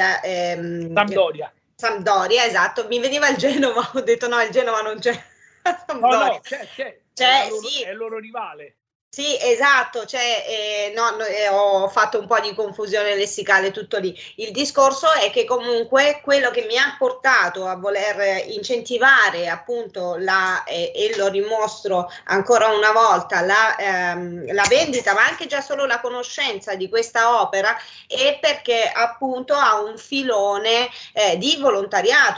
Sampdoria, esatto. Mi veniva il Genova, ho detto no, il Genova non c'è. No, c'è. È il loro rivale. Sì, esatto, ho fatto un po' di confusione lessicale, tutto lì. Il discorso è che comunque quello che mi ha portato a voler incentivare appunto e lo dimostro ancora una volta, la vendita, ma anche già solo la conoscenza di questa opera, è perché appunto ha un filone di volontariato,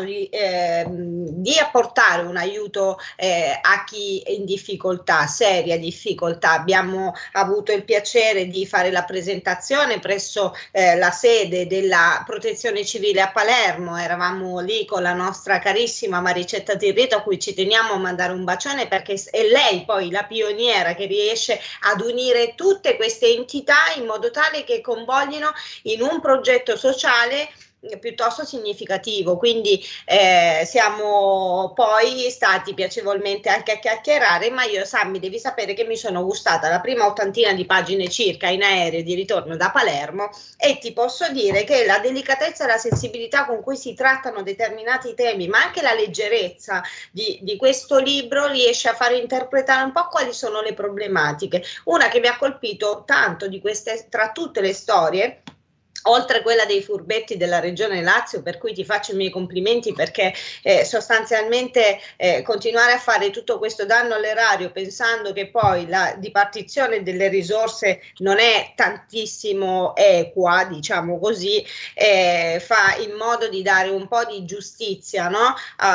di apportare un aiuto a chi è in difficoltà, seria difficoltà. Abbiamo avuto il piacere di fare la presentazione presso la sede della Protezione Civile a Palermo. Eravamo lì con la nostra carissima Maricetta Tirrito, a cui ci teniamo a mandare un bacione, perché è lei poi la pioniera che riesce ad unire tutte queste entità in modo tale che convoglino in un progetto sociale piuttosto significativo. Quindi siamo poi stati piacevolmente anche a chiacchierare, ma io, Sammy, devi sapere che mi sono gustata la prima 80 di pagine circa in aereo di ritorno da Palermo, e ti posso dire che la delicatezza e la sensibilità con cui si trattano determinati temi, ma anche la leggerezza di questo libro, riesce a far interpretare un po' quali sono le problematiche. Una che mi ha colpito tanto di queste, tra tutte le storie, oltre quella dei furbetti della Regione Lazio, per cui ti faccio i miei complimenti, perché sostanzialmente continuare a fare tutto questo danno all'erario pensando che poi la dipartizione delle risorse non è tantissimo equa, diciamo così, fa in modo di dare un po' di giustizia, no?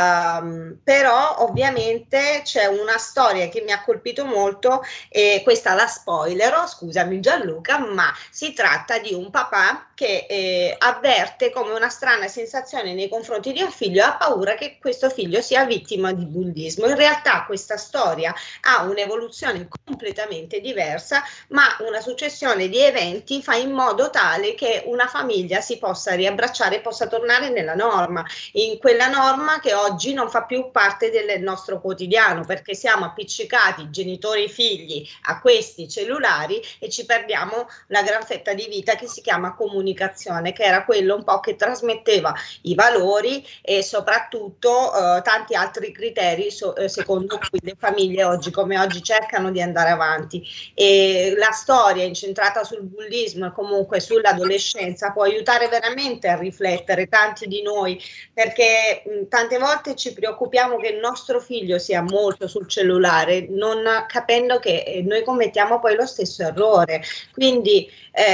Però ovviamente c'è una storia che mi ha colpito molto, e questa la spoilerò, scusami Gianluca, ma si tratta di un papà che avverte come una strana sensazione nei confronti di un figlio e ha paura che questo figlio sia vittima di bullismo. In realtà questa storia ha un'evoluzione completamente diversa, ma una successione di eventi fa in modo tale che una famiglia si possa riabbracciare e possa tornare nella norma, in quella norma che oggi non fa più parte del nostro quotidiano, perché siamo appiccicati, genitori e figli, a questi cellulari e ci perdiamo la gran fetta di vita che si chiama comunicazione, che era quello un po' che trasmetteva i valori e soprattutto tanti altri criteri secondo cui le famiglie oggi come oggi cercano di andare avanti. E la storia incentrata sul bullismo e comunque sull'adolescenza può aiutare veramente a riflettere tanti di noi, perché tante volte ci preoccupiamo che il nostro figlio sia molto sul cellulare, non capendo che noi commettiamo poi lo stesso errore. Quindi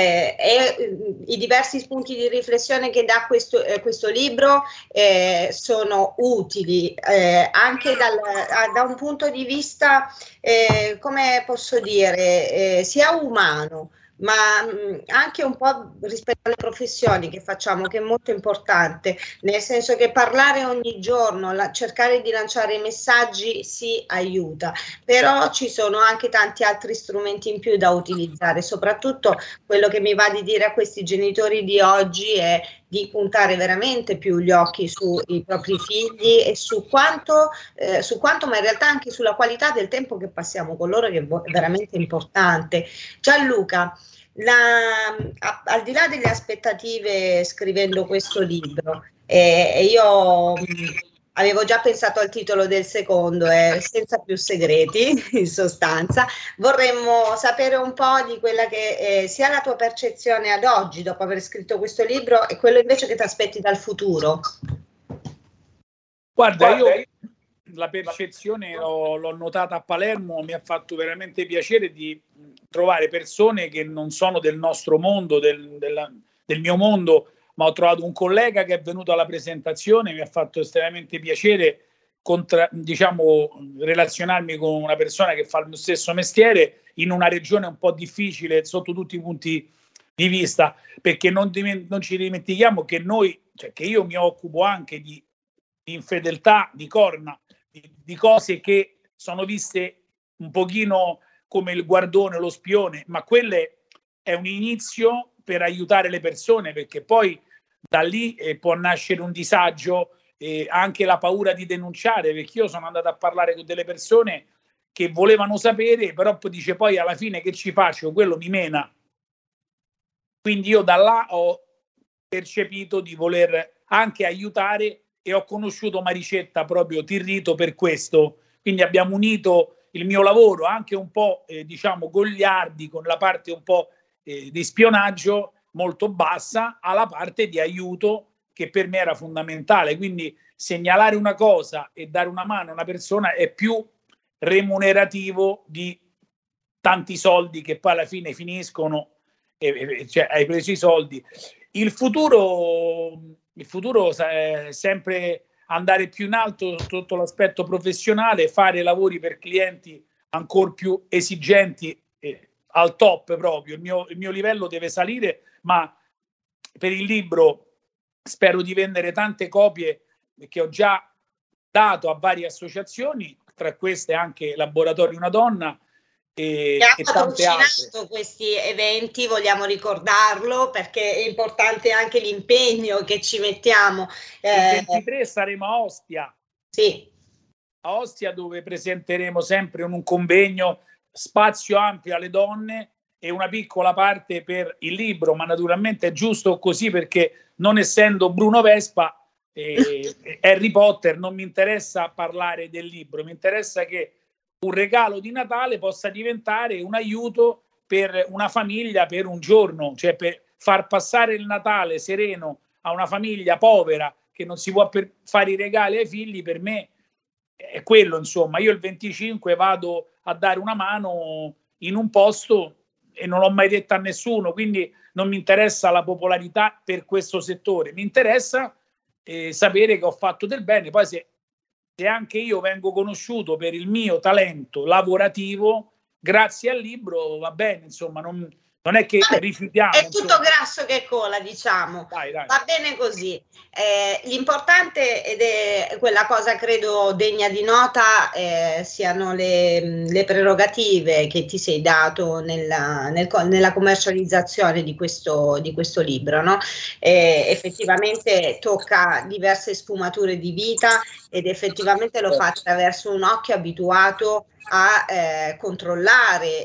i diversi spunti di riflessione che dà questo libro sono utili anche da un punto di vista, come posso dire, sia umano, ma anche un po' rispetto alle professioni che facciamo, che è molto importante, nel senso che parlare ogni giorno, cercare di lanciare messaggi si aiuta, però ci sono anche tanti altri strumenti in più da utilizzare. Soprattutto quello che mi va di dire a questi genitori di oggi è di puntare veramente più gli occhi sui propri figli e su quanto, ma in realtà anche sulla qualità del tempo che passiamo con loro, che è veramente importante. Gianluca, al di là delle aspettative scrivendo questo libro, io avevo già pensato al titolo del secondo, Senza più segreti, in sostanza. Vorremmo sapere un po' di quella che sia la tua percezione ad oggi, dopo aver scritto questo libro, e quello invece che ti aspetti dal futuro. Guarda, io la percezione l'ho notata a Palermo, mi ha fatto veramente piacere di trovare persone che non sono del nostro mondo, del mio mondo, ma ho trovato un collega che è venuto alla presentazione, mi ha fatto estremamente piacere relazionarmi con una persona che fa il mio stesso mestiere in una regione un po' difficile sotto tutti i punti di vista, perché non ci dimentichiamo che che io mi occupo anche di infedeltà, di corna, di cose che sono viste un pochino come il guardone, lo spione, ma quelle è un inizio per aiutare le persone, perché poi da lì può nascere un disagio e anche la paura di denunciare, perché io sono andato a parlare con delle persone che volevano sapere, però poi dice poi alla fine che ci faccio, quello mi mena. Quindi io da là ho percepito di voler anche aiutare e ho conosciuto Maricetta proprio Tirrito per questo. Quindi abbiamo unito il mio lavoro anche un po' diciamo goliardi, con la parte un po' di spionaggio molto bassa, alla parte di aiuto che per me era fondamentale. Quindi segnalare una cosa e dare una mano a una persona è più remunerativo di tanti soldi che poi alla fine finiscono, cioè hai preso i soldi. Il futuro è sempre andare più in alto sotto l'aspetto professionale, fare lavori per clienti ancora più esigenti, al top proprio. Il mio livello deve salire, ma per il libro spero di vendere tante copie che ho già dato a varie associazioni, tra queste anche Laboratorio Una Donna e tante altre. Questi eventi, vogliamo ricordarlo, perché è importante anche l'impegno che ci mettiamo. Il 23 saremo a Ostia. Sì. A Ostia, dove presenteremo sempre un convegno, spazio ampio alle donne e una piccola parte per il libro, ma naturalmente è giusto così, perché non essendo Bruno Vespa Harry Potter non mi interessa parlare del libro, mi interessa che un regalo di Natale possa diventare un aiuto per una famiglia per un giorno, cioè per far passare il Natale sereno a una famiglia povera che non si può fare i regali ai figli. Per me è quello, insomma. Io il 25 vado a dare una mano in un posto e non l'ho mai detto a nessuno, quindi non mi interessa la popolarità per questo settore, mi interessa sapere che ho fatto del bene. Poi se anche io vengo conosciuto per il mio talento lavorativo grazie al libro, va bene, insomma, non è che rifiutiamo. È tutto grasso che cola, diciamo. Dai. Va bene così. L'importante, ed è quella cosa credo degna di nota, siano le prerogative che ti sei dato nella commercializzazione di questo libro, no? Effettivamente tocca diverse sfumature di vita ed effettivamente lo fa attraverso un occhio abituato a controllare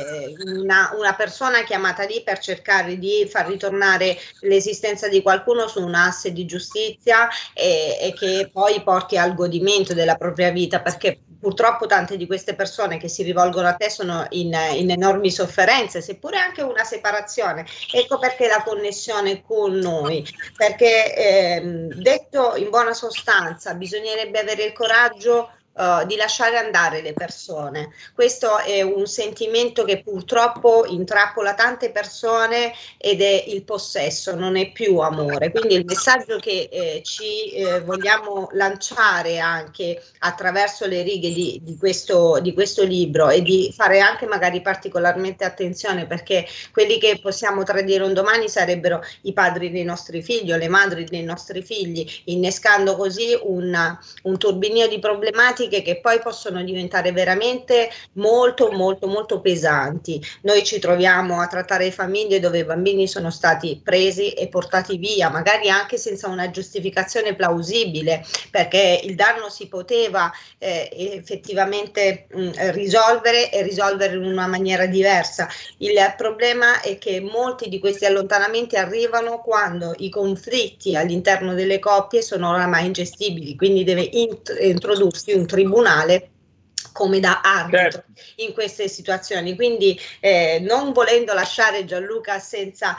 una persona chiamata lì per cercare di far ritornare l'esistenza di qualcuno su un asse di giustizia e che poi porti al godimento della propria vita, perché purtroppo tante di queste persone che si rivolgono a te sono in enormi sofferenze, seppure anche una separazione. Ecco perché la connessione con noi, perché detto in buona sostanza bisognerebbe avere il coraggio di lasciare andare le persone. Questo è un sentimento che purtroppo intrappola tante persone ed è il possesso, non è più amore. Quindi il messaggio che ci vogliamo lanciare anche attraverso le righe di questo libro, e di fare anche magari particolarmente attenzione, perché quelli che possiamo tradire un domani sarebbero i padri dei nostri figli o le madri dei nostri figli, innescando così un turbinio di problematiche che poi possono diventare veramente molto molto molto pesanti. Noi ci troviamo a trattare famiglie dove i bambini sono stati presi e portati via, magari anche senza una giustificazione plausibile, perché il danno si poteva effettivamente risolvere in una maniera diversa. Il problema è che molti di questi allontanamenti arrivano quando i conflitti all'interno delle coppie sono oramai ingestibili, quindi deve introdursi un tribunale come da arbitro in queste situazioni. Quindi non volendo lasciare Gianluca senza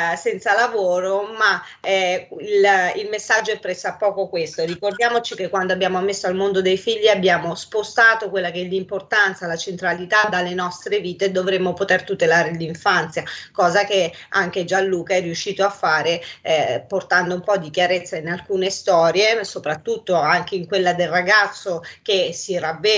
lavoro, ma il messaggio è pressappoco questo: ricordiamoci che quando abbiamo messo al mondo dei figli abbiamo spostato quella che è l'importanza, la centralità dalle nostre vite, e dovremmo poter tutelare l'infanzia, cosa che anche Gianluca è riuscito a fare, portando un po' di chiarezza in alcune storie, soprattutto anche in quella del ragazzo che si ravvede su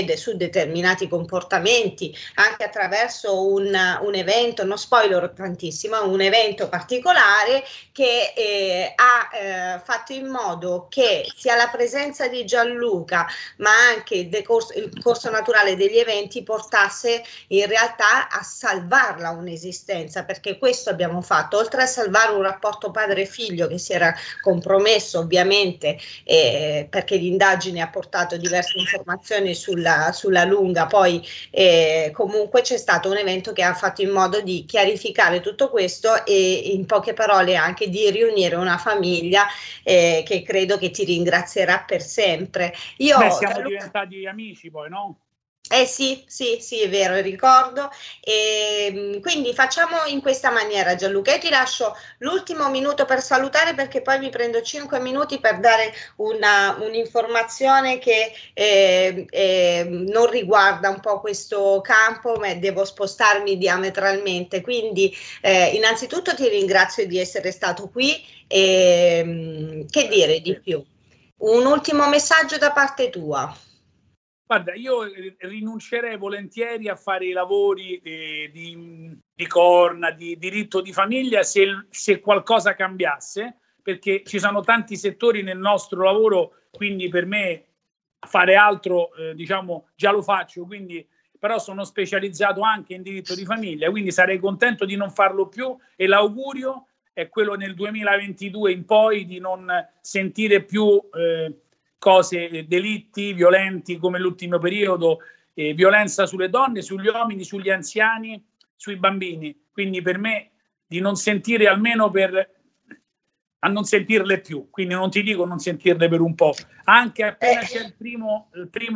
determinati comportamenti, anche attraverso un evento, non spoiler tantissimo, un evento particolare che ha fatto in modo che sia la presenza di Gianluca ma anche il corso naturale degli eventi portasse in realtà a salvarla un'esistenza, perché questo abbiamo fatto, oltre a salvare un rapporto padre-figlio che si era compromesso ovviamente perché l'indagine ha portato diverse informazioni sulla lunga, poi comunque c'è stato un evento che ha fatto in modo di chiarificare tutto questo e in poche parole anche di riunire una famiglia che credo che ti ringrazierà per sempre. Siamo diventati amici poi, no? Sì, è vero, ricordo. E quindi facciamo in questa maniera, Gianluca. Io ti lascio l'ultimo minuto per salutare, perché poi mi prendo 5 minuti per dare un'informazione che non riguarda un po' questo campo, ma devo spostarmi diametralmente. Quindi innanzitutto ti ringrazio di essere stato qui e che dire di più? Un ultimo messaggio da parte tua. Guarda, io rinuncerei volentieri a fare i lavori di corna, di diritto di famiglia se qualcosa cambiasse, perché ci sono tanti settori nel nostro lavoro, quindi per me fare altro, diciamo, già lo faccio, quindi però sono specializzato anche in diritto di famiglia, quindi sarei contento di non farlo più e l'augurio è quello nel 2022 in poi di non sentire più cose, delitti violenti come l'ultimo periodo, violenza sulle donne, sugli uomini, sugli anziani, sui bambini. Quindi per me di non sentire almeno a non sentirle più, quindi non ti dico non sentirle per un po', anche appena c'è il primo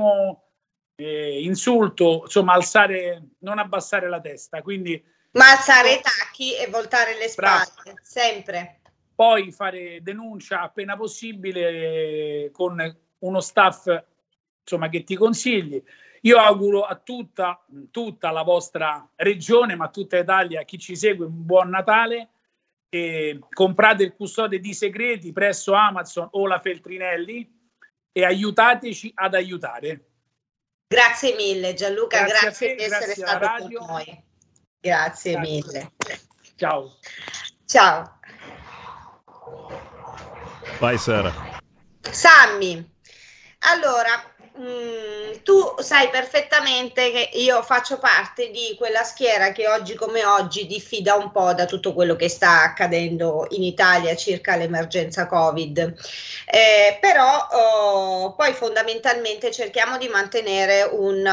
insulto, insomma non abbassare la testa, quindi ma alzare i tacchi e voltare le spalle, bravo. Sempre. Poi fare denuncia appena possibile con uno staff, insomma, che ti consigli. Io auguro a tutta la vostra regione, ma a tutta Italia, a chi ci segue, un buon Natale. E comprate il custode di segreti presso Amazon o la Feltrinelli e aiutateci ad aiutare. Grazie mille Gianluca, grazie di essere stato con noi. Grazie mille. Ciao. Ciao. Vai Sara. Sammy, allora tu sai perfettamente che io faccio parte di quella schiera che oggi come oggi diffida un po' da tutto quello che sta accadendo in Italia circa l'emergenza Covid, però poi fondamentalmente cerchiamo di mantenere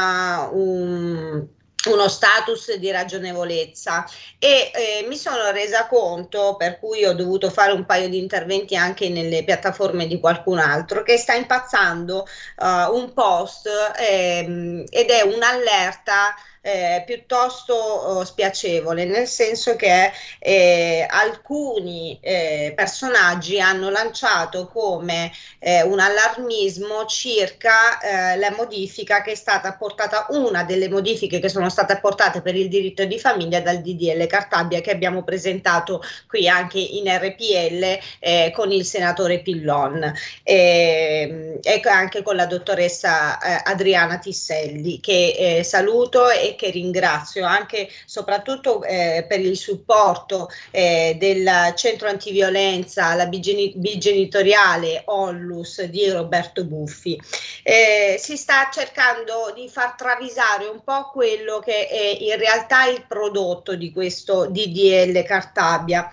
uno status di ragionevolezza e mi sono resa conto, per cui ho dovuto fare un paio di interventi anche nelle piattaforme di qualcun altro, che sta impazzando un post ed è un'allerta piuttosto spiacevole, nel senso che alcuni personaggi hanno lanciato come un allarmismo circa la modifica che è stata apportata, una delle modifiche che sono state apportate per il diritto di famiglia dal DDL Cartabia, che abbiamo presentato qui anche in RPL con il senatore Pillon e anche con la dottoressa Adriana Tisselli, che saluto e che ringrazio anche soprattutto per il supporto del centro antiviolenza, la bigenitoriale Onlus di Roberto Buffi. Si sta cercando di far travisare un po' quello che è in realtà il prodotto di questo DDL Cartabia,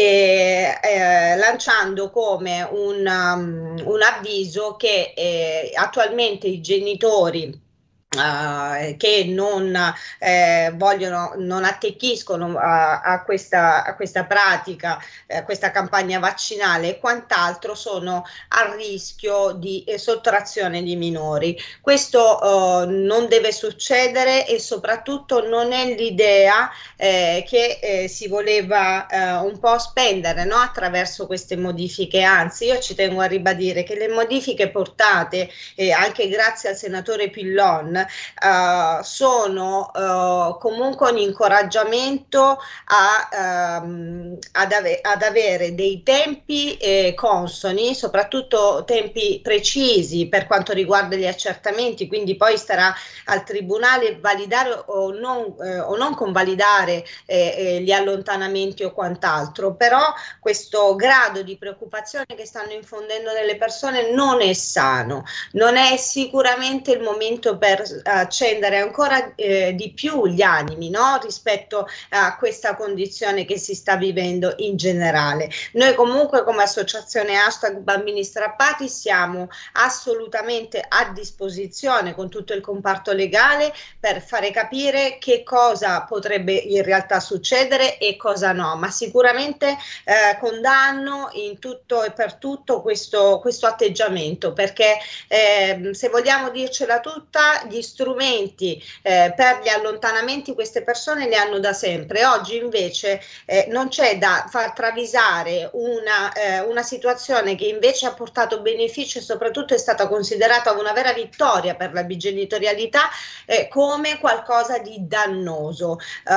lanciando come un avviso che attualmente i genitori che non attecchiscono a questa pratica, questa campagna vaccinale e quant'altro, sono a rischio di sottrazione di minori. Questo non deve succedere e soprattutto non è l'idea che si voleva un po' spendere, no? Attraverso queste modifiche. Anzi, io ci tengo a ribadire che le modifiche portate anche grazie al senatore Pillon sono comunque un incoraggiamento ad avere dei tempi consoni, soprattutto tempi precisi per quanto riguarda gli accertamenti, quindi poi starà al tribunale validare o non convalidare gli allontanamenti o quant'altro, però questo grado di preoccupazione che stanno infondendo nelle persone non è sano, non è sicuramente il momento per accendere ancora di più gli animi, no? Rispetto a questa condizione che si sta vivendo in generale. Noi comunque come associazione #Bambini Strappati siamo assolutamente a disposizione con tutto il comparto legale per fare capire che cosa potrebbe in realtà succedere e cosa no, ma sicuramente condanno in tutto e per tutto questo atteggiamento, perché se vogliamo dircela tutta, gli strumenti per gli allontanamenti queste persone li hanno da sempre. Oggi invece non c'è da far travisare una situazione che invece ha portato beneficio e soprattutto è stata considerata una vera vittoria per la bigenitorialità come qualcosa di dannoso.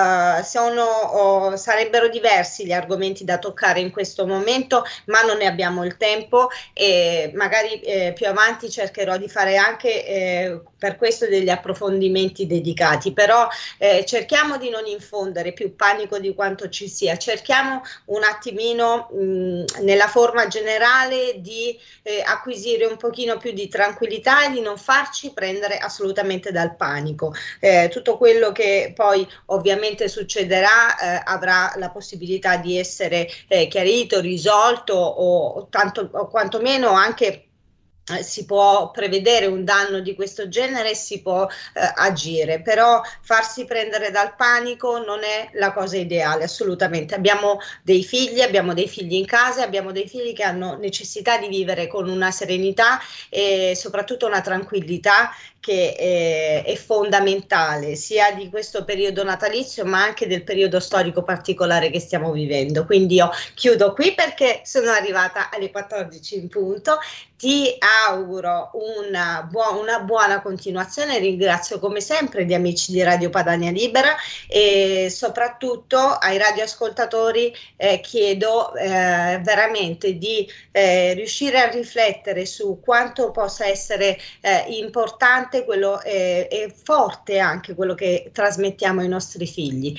Sarebbero diversi gli argomenti da toccare in questo momento, ma non ne abbiamo il tempo e magari più avanti cercherò di fare anche per questo degli approfondimenti dedicati, però cerchiamo di non infondere più panico di quanto ci sia, cerchiamo un attimino nella forma generale di acquisire un pochino più di tranquillità e di non farci prendere assolutamente dal panico. Tutto quello che poi ovviamente succederà avrà la possibilità di essere chiarito, risolto o quantomeno anche si può prevedere un danno di questo genere e si può agire, però farsi prendere dal panico non è la cosa ideale, assolutamente. Abbiamo dei figli in casa, abbiamo dei figli che hanno necessità di vivere con una serenità e soprattutto una tranquillità che è fondamentale sia di questo periodo natalizio ma anche del periodo storico particolare che stiamo vivendo. Quindi io chiudo qui perché sono arrivata alle 14 in punto. Ti auguro una buona continuazione, ringrazio come sempre gli amici di Radio Padania Libera e soprattutto ai radioascoltatori chiedo veramente di riuscire a riflettere su quanto possa essere importante quello e forte anche quello che trasmettiamo ai nostri figli.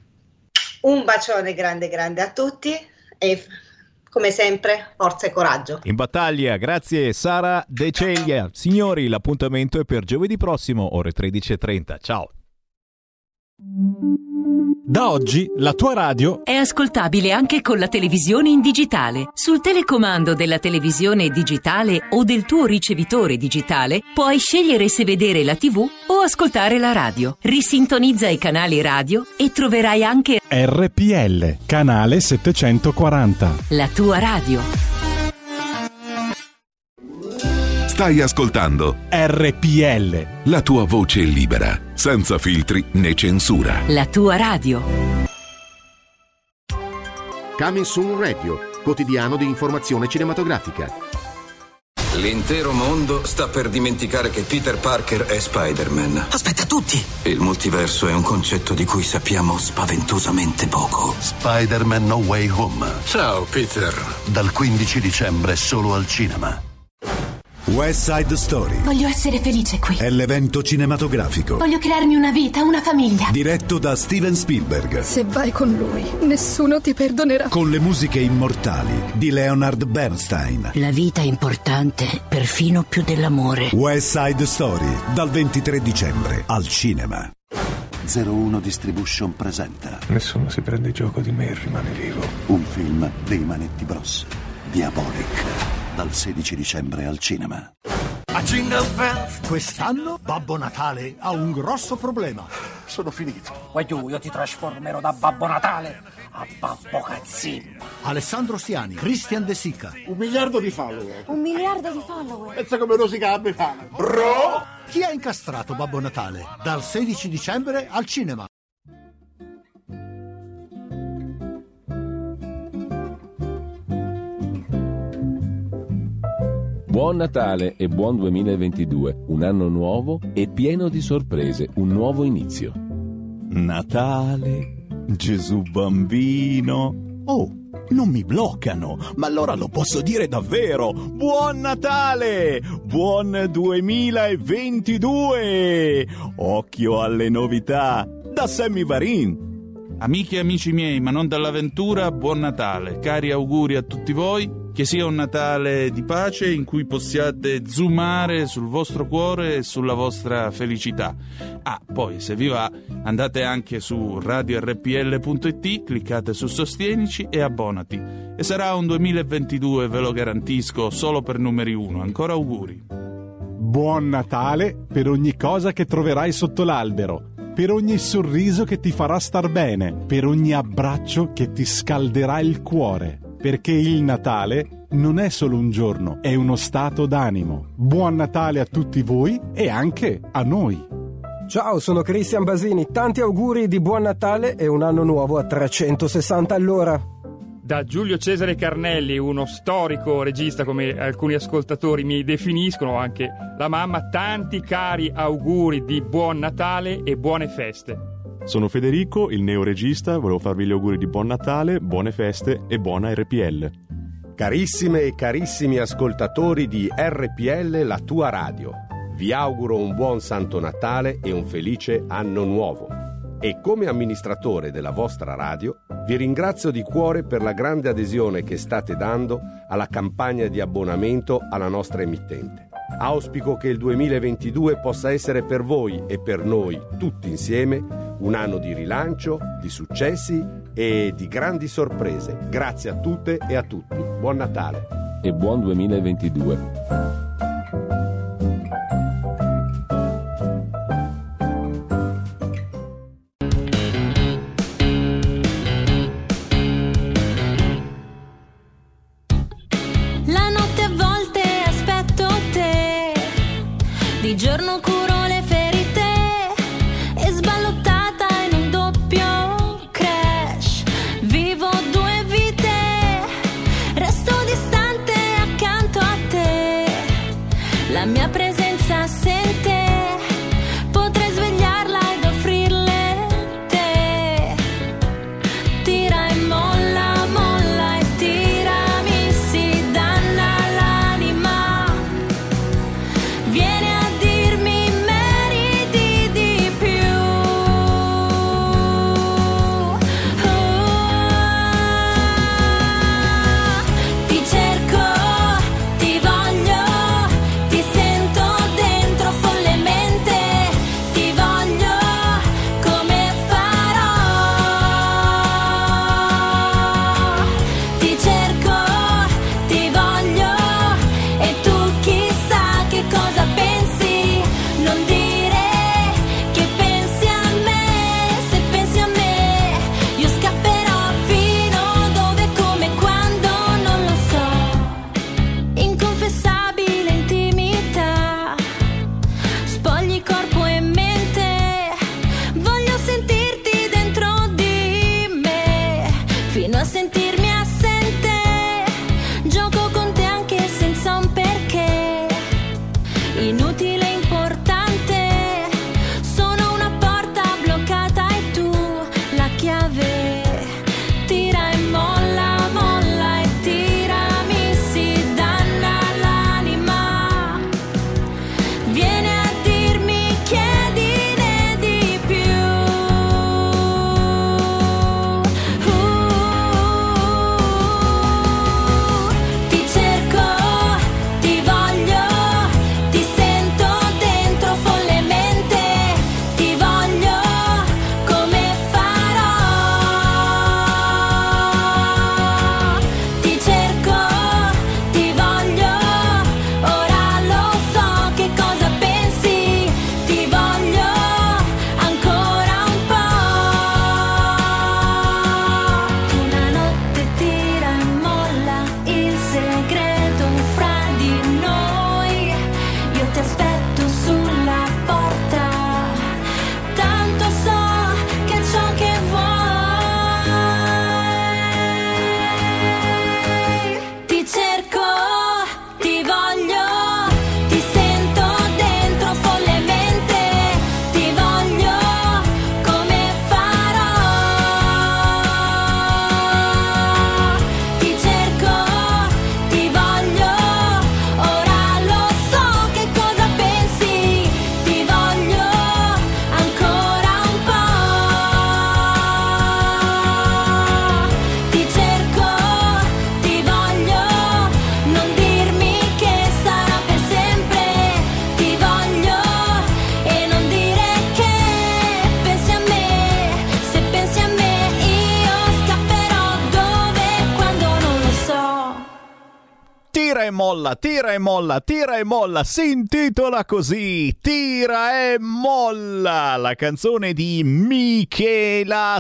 Un bacione grande a tutti e come sempre, forza e coraggio. In battaglia, grazie Sara De Ceglia. Signori, l'appuntamento è per giovedì prossimo, ore 13:30. Ciao. Da oggi la tua radio è ascoltabile anche con la televisione in digitale. Sul telecomando della televisione digitale o del tuo ricevitore digitale puoi scegliere se vedere la TV o ascoltare la radio. Risintonizza i canali radio e troverai anche RPL, canale 740. La tua radio. Stai ascoltando RPL, la tua voce libera, senza filtri né censura. La tua radio. Coming Soon Radio, quotidiano di informazione cinematografica. L'intero mondo sta per dimenticare che Peter Parker è Spider-Man. Aspetta, tutti! Il multiverso è un concetto di cui sappiamo spaventosamente poco. Spider-Man No Way Home. Ciao, Peter. Dal 15 dicembre solo al cinema. West Side Story. Voglio essere felice qui. È l'evento cinematografico. Voglio crearmi una vita, una famiglia. Diretto da Steven Spielberg. Se vai con lui, nessuno ti perdonerà. Con le musiche immortali di Leonard Bernstein. La vita è importante, perfino più dell'amore. West Side Story, dal 23 dicembre al cinema. 01 Distribution presenta. Nessuno si prende gioco di me e rimane vivo. Un film dei Manetti Bros. Diabolic. Dal 16 dicembre al cinema. A Jingle Bells. Quest'anno Babbo Natale ha un grosso problema. Sono finito. Vai giù, io ti trasformerò da Babbo Natale a Babbo Cazzino. Alessandro Stiani, Christian De Sica. 1 miliardo di follower. 1 miliardo di follower. Pensa come rosica la Befana. Bro! Chi ha incastrato Babbo Natale? Dal 16 dicembre al cinema. Buon Natale e buon 2022, un anno nuovo e pieno di sorprese, un nuovo inizio. Natale, Gesù bambino. Oh, non mi bloccano, ma allora lo posso dire davvero. Buon Natale, buon 2022. Occhio alle novità, da Sammy Varin. Amiche e amici miei, ma non dall'avventura, buon Natale. Cari auguri a tutti voi. Che sia un Natale di pace in cui possiate zoomare sul vostro cuore e sulla vostra felicità. Poi se vi va andate anche su radiorpl.it, cliccate su Sostienici e abbonati. E sarà un 2022, ve lo garantisco, solo per numeri 1. Ancora auguri. Buon Natale per ogni cosa che troverai sotto l'albero, per ogni sorriso che ti farà star bene, per ogni abbraccio che ti scalderà il cuore. Perché il Natale non è solo un giorno, è uno stato d'animo. Buon Natale a tutti voi e anche a noi. Ciao, sono Cristian Basini. Tanti auguri di buon Natale e un anno nuovo a 360 all'ora. Da Giulio Cesare Carnelli, uno storico regista come alcuni ascoltatori mi definiscono, anche la mamma, tanti cari auguri di buon Natale e buone feste. Sono Federico, il neoregista, volevo farvi gli auguri di buon Natale, buone feste e buona RPL. Carissime e carissimi ascoltatori di RPL, la tua radio, vi auguro un buon Santo Natale e un felice anno nuovo. E come amministratore della vostra radio, vi ringrazio di cuore per la grande adesione che state dando alla campagna di abbonamento alla nostra emittente. Auspico che il 2022 possa essere per voi e per noi, tutti insieme, un anno di rilancio, di successi e di grandi sorprese. Grazie a tutte e a tutti. Buon Natale. E buon 2022. Di giorno curo le ferite e sballottata in un doppio crash. Vivo due vite, resto distante accanto a te. tira e molla, tira e molla, tira e molla, si intitola così, Tira e molla, la canzone di Michela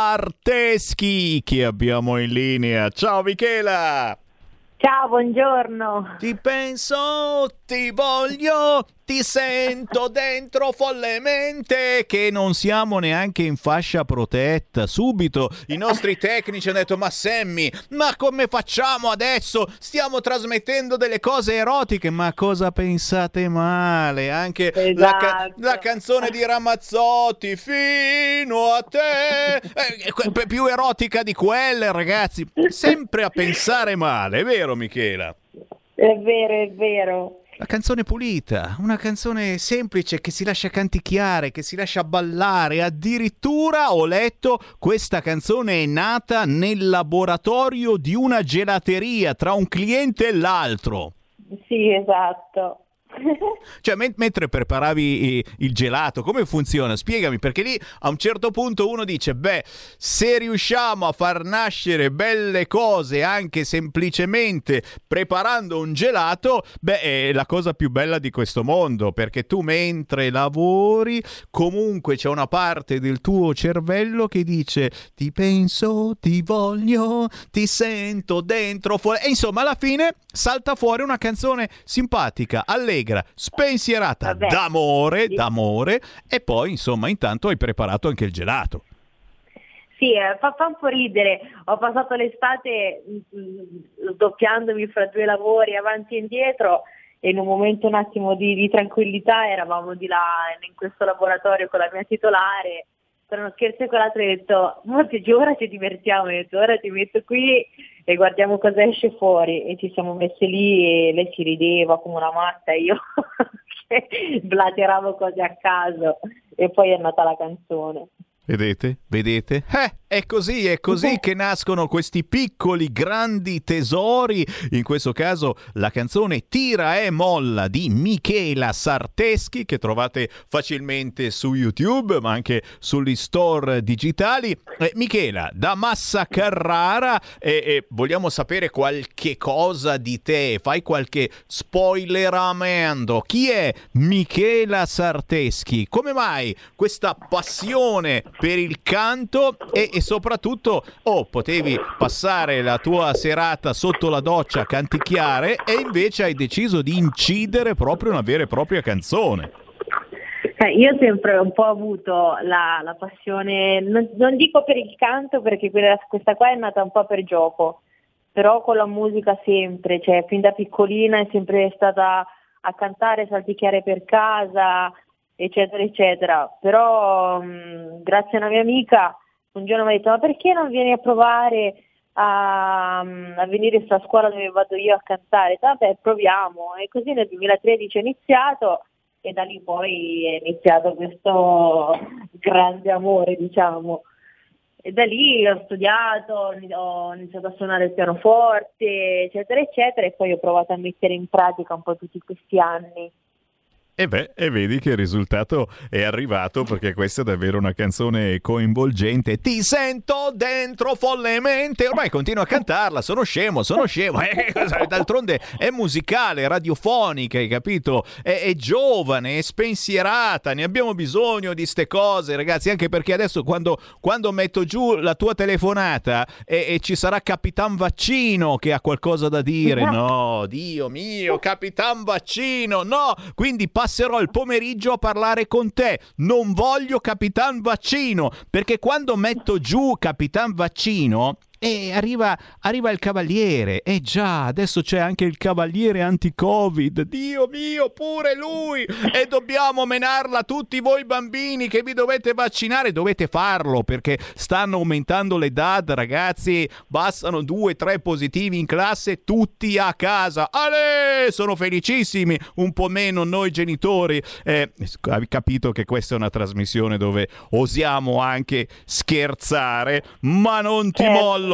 Sarteschi che abbiamo in linea. Ciao Michela! Ciao, buongiorno. Ti penso, ti voglio, ti sento dentro follemente, che non siamo neanche in fascia protetta. Subito i nostri tecnici hanno detto: ma Sammy, ma come facciamo adesso? Stiamo trasmettendo delle cose erotiche. Ma cosa pensate male? Anche la canzone di Ramazzotti, Fino a te, più erotica di quelle, ragazzi. Sempre a pensare male, è vero Michela? È vero, è vero. La canzone pulita, una canzone semplice che si lascia canticchiare, che si lascia ballare. Addirittura ho letto questa canzone è nata nel laboratorio di una gelateria tra un cliente e l'altro. Sì, esatto. Cioè, mentre preparavi il gelato, come funziona? Spiegami, perché lì a un certo punto uno dice: beh, se riusciamo a far nascere belle cose anche semplicemente preparando un gelato, beh, è la cosa più bella di questo mondo, perché tu mentre lavori comunque c'è una parte del tuo cervello che dice: ti penso, ti voglio, ti sento dentro, fuori. E insomma alla fine salta fuori una canzone simpatica, allegra, spensierata, d'amore, e poi insomma intanto hai preparato anche il gelato. Sì, fa un po' ridere. Ho passato l'estate doppiandomi fra due lavori avanti e indietro, e in un momento un attimo di tranquillità eravamo di là in questo laboratorio con la mia titolare. Per uno scherzo e con l'altro ho detto: ora ci divertiamo, ho detto, ora ti metto qui e guardiamo cosa esce fuori, e ci siamo messe lì e lei si rideva come una matta, io che blateravo cose a caso, e poi è nata la canzone. Vedete? È così che nascono questi piccoli grandi tesori. In questo caso la canzone Tira e molla di Michela Sarteschi, che trovate facilmente su YouTube ma anche sugli store digitali. Michela, da Massa Carrara, vogliamo sapere qualche cosa di te, fai qualche spoileramento. Chi è Michela Sarteschi? Come mai questa passione per il canto e soprattutto potevi passare la tua serata sotto la doccia a canticchiare, e invece hai deciso di incidere proprio una vera e propria canzone? Io ho sempre un po' avuto la passione, non dico per il canto, perché questa qua è nata un po' per gioco, però con la musica sempre, cioè fin da piccolina è sempre stata a cantare, salticchiare per casa, eccetera eccetera. Però grazie a una mia amica un giorno mi ha detto: ma perché non vieni a provare a venire sulla scuola dove vado io a cantare? Vabbè, proviamo. E così nel 2013 ho iniziato, e da lì poi è iniziato questo grande amore, diciamo. E da lì ho studiato, ho iniziato a suonare il pianoforte, eccetera eccetera, e poi ho provato a mettere in pratica un po' tutti questi anni. E vedi che il risultato è arrivato, perché questa è davvero una canzone coinvolgente. Ti sento dentro follemente. Ormai continuo a cantarla, sono scemo. D'altronde è musicale, radiofonica, hai capito? È giovane, è spensierata. Ne abbiamo bisogno di ste cose, ragazzi, anche perché adesso quando metto giù la tua telefonata e ci sarà Capitan Vaccino che ha qualcosa da dire. No, Dio mio, Capitan Vaccino, no! Quindi passerò il pomeriggio a parlare con te. Non voglio Capitan Vaccino, perché quando metto giù Capitan Vaccino arriva il cavaliere. Già, adesso c'è anche il cavaliere anti-Covid. Dio mio, pure lui! E dobbiamo menarla tutti voi bambini che vi dovete vaccinare. Dovete farlo, perché stanno aumentando le DAD, ragazzi. Bastano 2-3 positivi in classe, tutti a casa. Ale! Sono felicissimi. Un po' meno noi genitori. Hai capito che questa è una trasmissione dove osiamo anche scherzare, ma non ti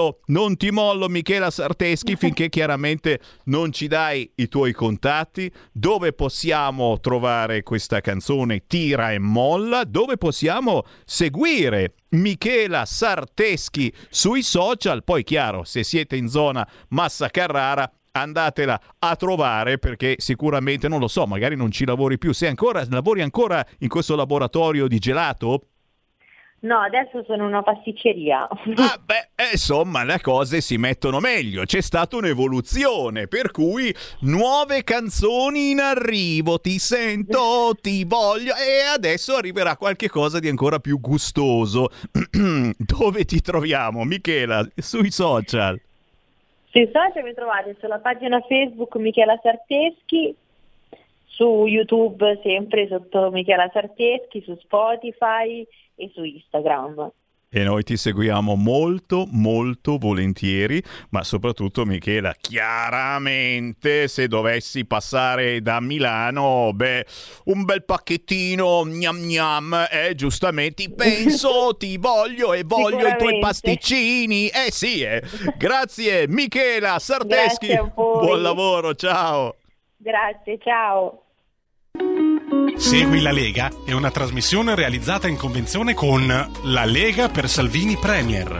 mollo Michela Sarteschi finché chiaramente non ci dai i tuoi contatti, dove possiamo trovare questa canzone Tira e molla, dove possiamo seguire Michela Sarteschi sui social. Poi chiaro, se siete in zona Massa Carrara andatela a trovare, perché sicuramente, non lo so, magari non ci lavori più. Lavori ancora in questo laboratorio di gelato? No, adesso sono una pasticceria. Insomma, le cose si mettono meglio. C'è stata un'evoluzione, per cui nuove canzoni in arrivo. Ti sento, ti voglio, e adesso arriverà qualche cosa di ancora più gustoso. Dove ti troviamo, Michela? Sui social? Sui social mi trovate sulla pagina Facebook Michela Sarteschi, su YouTube sempre sotto Michela Sarteschi, su Spotify e su Instagram. E noi ti seguiamo molto molto volentieri, ma soprattutto, Michela, chiaramente se dovessi passare da Milano, un bel pacchettino gnam gnam, giustamente penso, ti voglio e voglio i tuoi pasticcini. Sì. Grazie Michela Sarteschi, buon lavoro, ciao. Grazie, ciao. Segui la Lega è una trasmissione realizzata in convenzione con La Lega per Salvini Premier.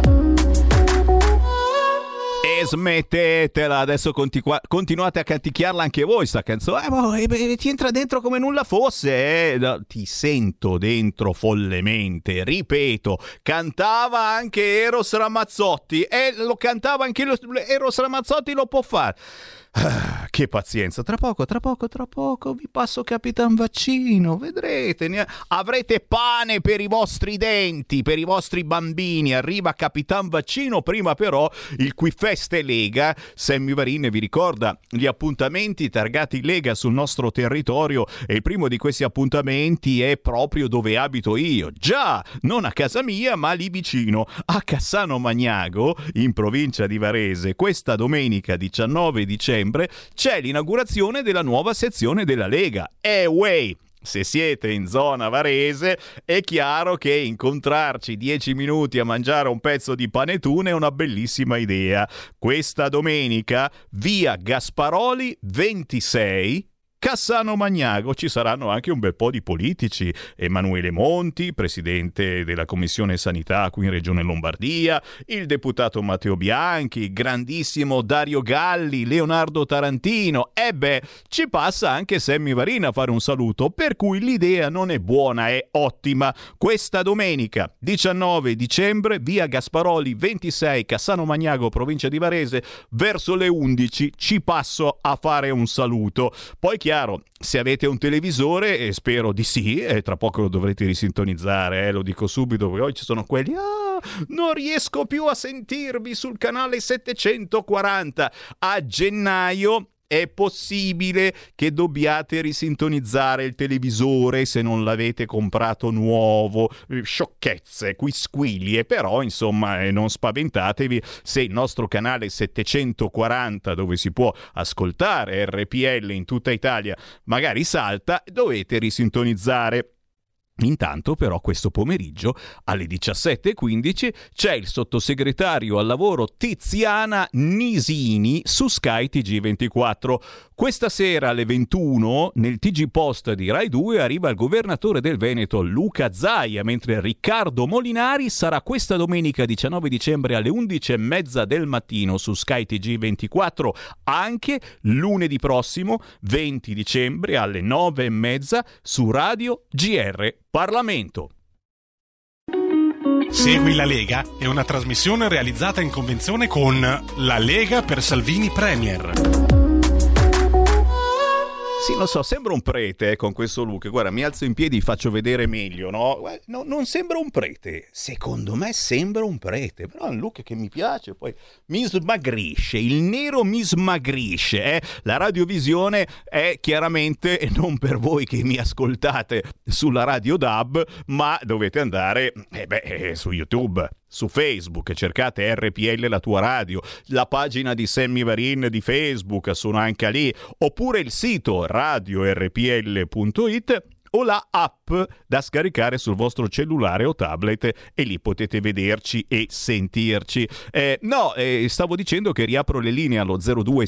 E smettetela, adesso continuate a canticchiarla anche voi sta canzone. Ti entra dentro come nulla fosse. Ti sento dentro follemente, ripeto, cantava anche Eros Ramazzotti e lo cantava anche Eros Ramazzotti, lo può fare. Che pazienza, tra poco vi passo Capitan Vaccino, vedrete, avrete pane per i vostri denti, per i vostri bambini, arriva Capitan Vaccino. Prima però il Quifeste Lega. Sammy Varin vi ricorda gli appuntamenti targati Lega sul nostro territorio, e il primo di questi appuntamenti è proprio dove abito io, già, non a casa mia ma lì vicino, a Cassano Magnago, in provincia di Varese. Questa domenica 19 dicembre c'è l'inaugurazione della nuova sezione della Lega. Se siete in zona Varese è chiaro che incontrarci 10 minuti a mangiare un pezzo di panettone è una bellissima idea. Questa domenica via Gasparoli 26, Cassano Magnago. Ci saranno anche un bel po' di politici: Emanuele Monti, presidente della Commissione Sanità qui in Regione Lombardia, il deputato Matteo Bianchi, grandissimo Dario Galli, Leonardo Tarantino. Ci passa anche Sammy Varin a fare un saluto, per cui l'idea non è buona, è ottima. Questa domenica 19 dicembre via Gasparoli 26, Cassano Magnago, provincia di Varese, verso le 11 ci passo a fare un saluto. Poi chiaro, se avete un televisore, e spero di sì, e tra poco lo dovrete risintonizzare, lo dico subito, perché oggi ci sono quelli, non riesco più a sentirvi sul canale 740. A gennaio è possibile che dobbiate risintonizzare il televisore se non l'avete comprato nuovo. Sciocchezze, quisquilie, però insomma non spaventatevi se il nostro canale 740, dove si può ascoltare RPL in tutta Italia, magari salta, dovete risintonizzare. Intanto però questo pomeriggio alle 17:15 c'è il sottosegretario al lavoro Tiziana Nisini su Sky TG24. Questa sera alle 21 nel TG Post di Rai 2 arriva il governatore del Veneto Luca Zaia, mentre Riccardo Molinari sarà questa domenica 19 dicembre alle 11:30 del mattino su Sky TG24. Anche lunedì prossimo 20 dicembre alle 9:30 su Radio GR Parlamento. Segui la Lega è una trasmissione realizzata in convenzione con La Lega per Salvini Premier. Sì, lo so, sembra un prete con questo look. Guarda, mi alzo in piedi e faccio vedere meglio, no? Non sembra un prete. Secondo me sembra un prete, però è un look che mi piace. Poi mi smagrisce, il nero mi smagrisce. La radiovisione è chiaramente non per voi che mi ascoltate sulla Radio DAB, ma dovete andare su YouTube, su Facebook, cercate RPL la tua radio, la pagina di Sammy Varin di Facebook, sono anche lì, oppure il sito radiorpl.it, o la app da scaricare sul vostro cellulare o tablet e lì potete vederci e sentirci. Stavo dicendo che riapro le linee allo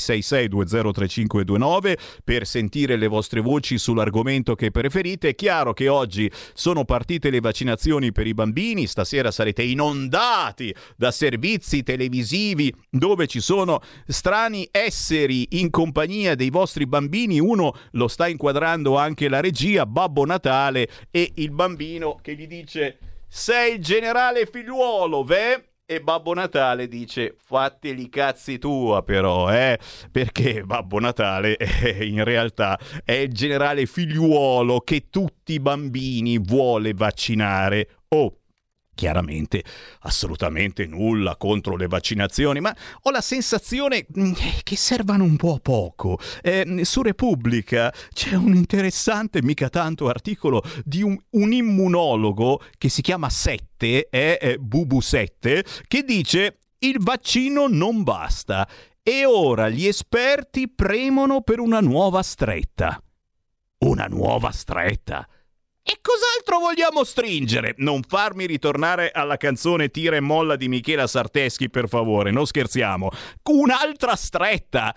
0266203529 per sentire le vostre voci sull'argomento che preferite. È chiaro che oggi sono partite le vaccinazioni per i bambini, stasera sarete inondati da servizi televisivi dove ci sono strani esseri in compagnia dei vostri bambini. Uno lo sta inquadrando anche la regia, Babbo Natale, e il bambino che gli dice: sei il generale figliuolo, ve? E Babbo Natale dice: fatteli cazzi tua però, perché Babbo Natale in realtà è il generale figliuolo che tutti i bambini vuole vaccinare. Chiaramente assolutamente nulla contro le vaccinazioni, ma ho la sensazione che servano un po' a poco. Su Repubblica c'è un interessante, mica tanto, articolo di un immunologo che si chiama Sette, Bubu Sette, che dice: il vaccino non basta e ora gli esperti premono per una nuova stretta. Una nuova stretta? E cos'altro vogliamo stringere? Non farmi ritornare alla canzone Tira e molla di Michela Sarteschi, per favore, non scherziamo. Un'altra stretta?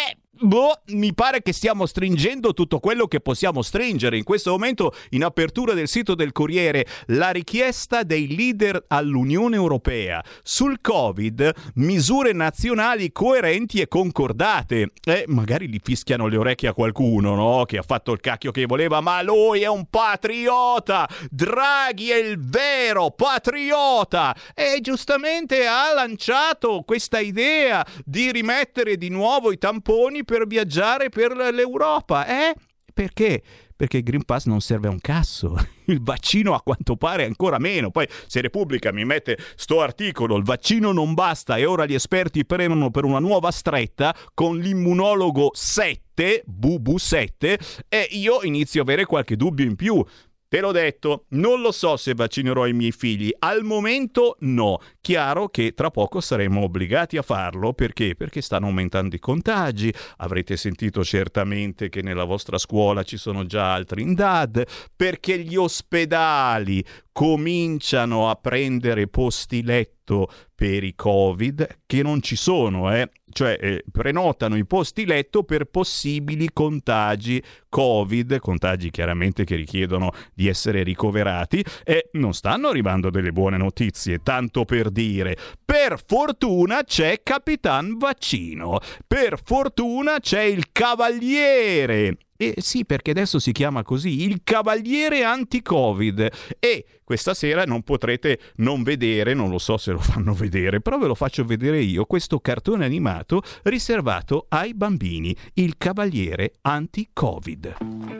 Mi pare che stiamo stringendo tutto quello che possiamo stringere. In questo momento, in apertura del sito del Corriere, la richiesta dei leader all'Unione Europea sul Covid, misure nazionali coerenti e concordate. Magari gli fischiano le orecchie a qualcuno, no? Che ha fatto il cacchio che voleva, ma lui è un patriota! Draghi è il vero patriota! E giustamente ha lanciato questa idea di rimettere di nuovo i tamponi per viaggiare per l'Europa. Perché? Perché il Green Pass non serve a un cazzo. Il vaccino a quanto pare ancora meno. Poi se Repubblica mi mette sto articolo, il vaccino non basta e ora gli esperti premono per una nuova stretta con l'immunologo 7, Bubu 7, e io inizio a avere qualche dubbio in più. Te l'ho detto, non lo so se vaccinerò i miei figli. Al momento no. Chiaro che tra poco saremo obbligati a farlo. Perché? Perché stanno aumentando i contagi. Avrete sentito certamente che nella vostra scuola ci sono già altri in DAD. Perché gli ospedali cominciano a prendere posti letto per i Covid, che non ci sono, cioè prenotano i posti letto per possibili contagi Covid, contagi chiaramente che richiedono di essere ricoverati, e non stanno arrivando delle buone notizie, tanto per dire. Per fortuna c'è Capitan Vaccino, per fortuna c'è il Cavaliere. Sì, perché adesso si chiama così, il Cavaliere Anti-Covid. E questa sera non potrete non vedere, non lo so se lo fanno vedere, però ve lo faccio vedere io, questo cartone animato riservato ai bambini, il Cavaliere Anti-Covid.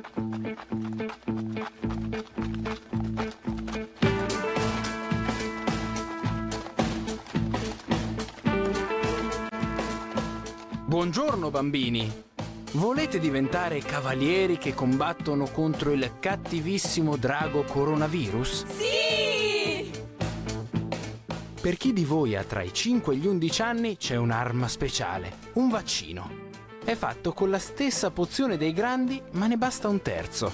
Buongiorno bambini! Volete diventare cavalieri che combattono contro il cattivissimo drago coronavirus? Sì! Per chi di voi ha tra i 5 e gli 11 anni c'è un'arma speciale, un vaccino. È fatto con la stessa pozione dei grandi, ma ne basta un terzo.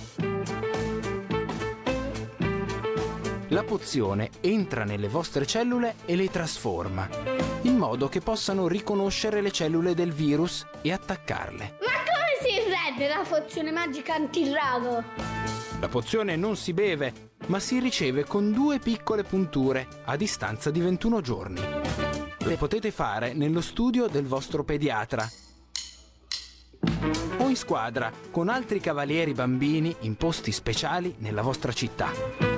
La pozione entra nelle vostre cellule e le trasforma, in modo che possano riconoscere le cellule del virus e attaccarle. Si prende la pozione magica antirrago. La pozione non si beve, ma si riceve con 2 piccole punture a distanza di 21 giorni. Le potete fare nello studio del vostro pediatra o in squadra con altri cavalieri bambini in posti speciali nella vostra città.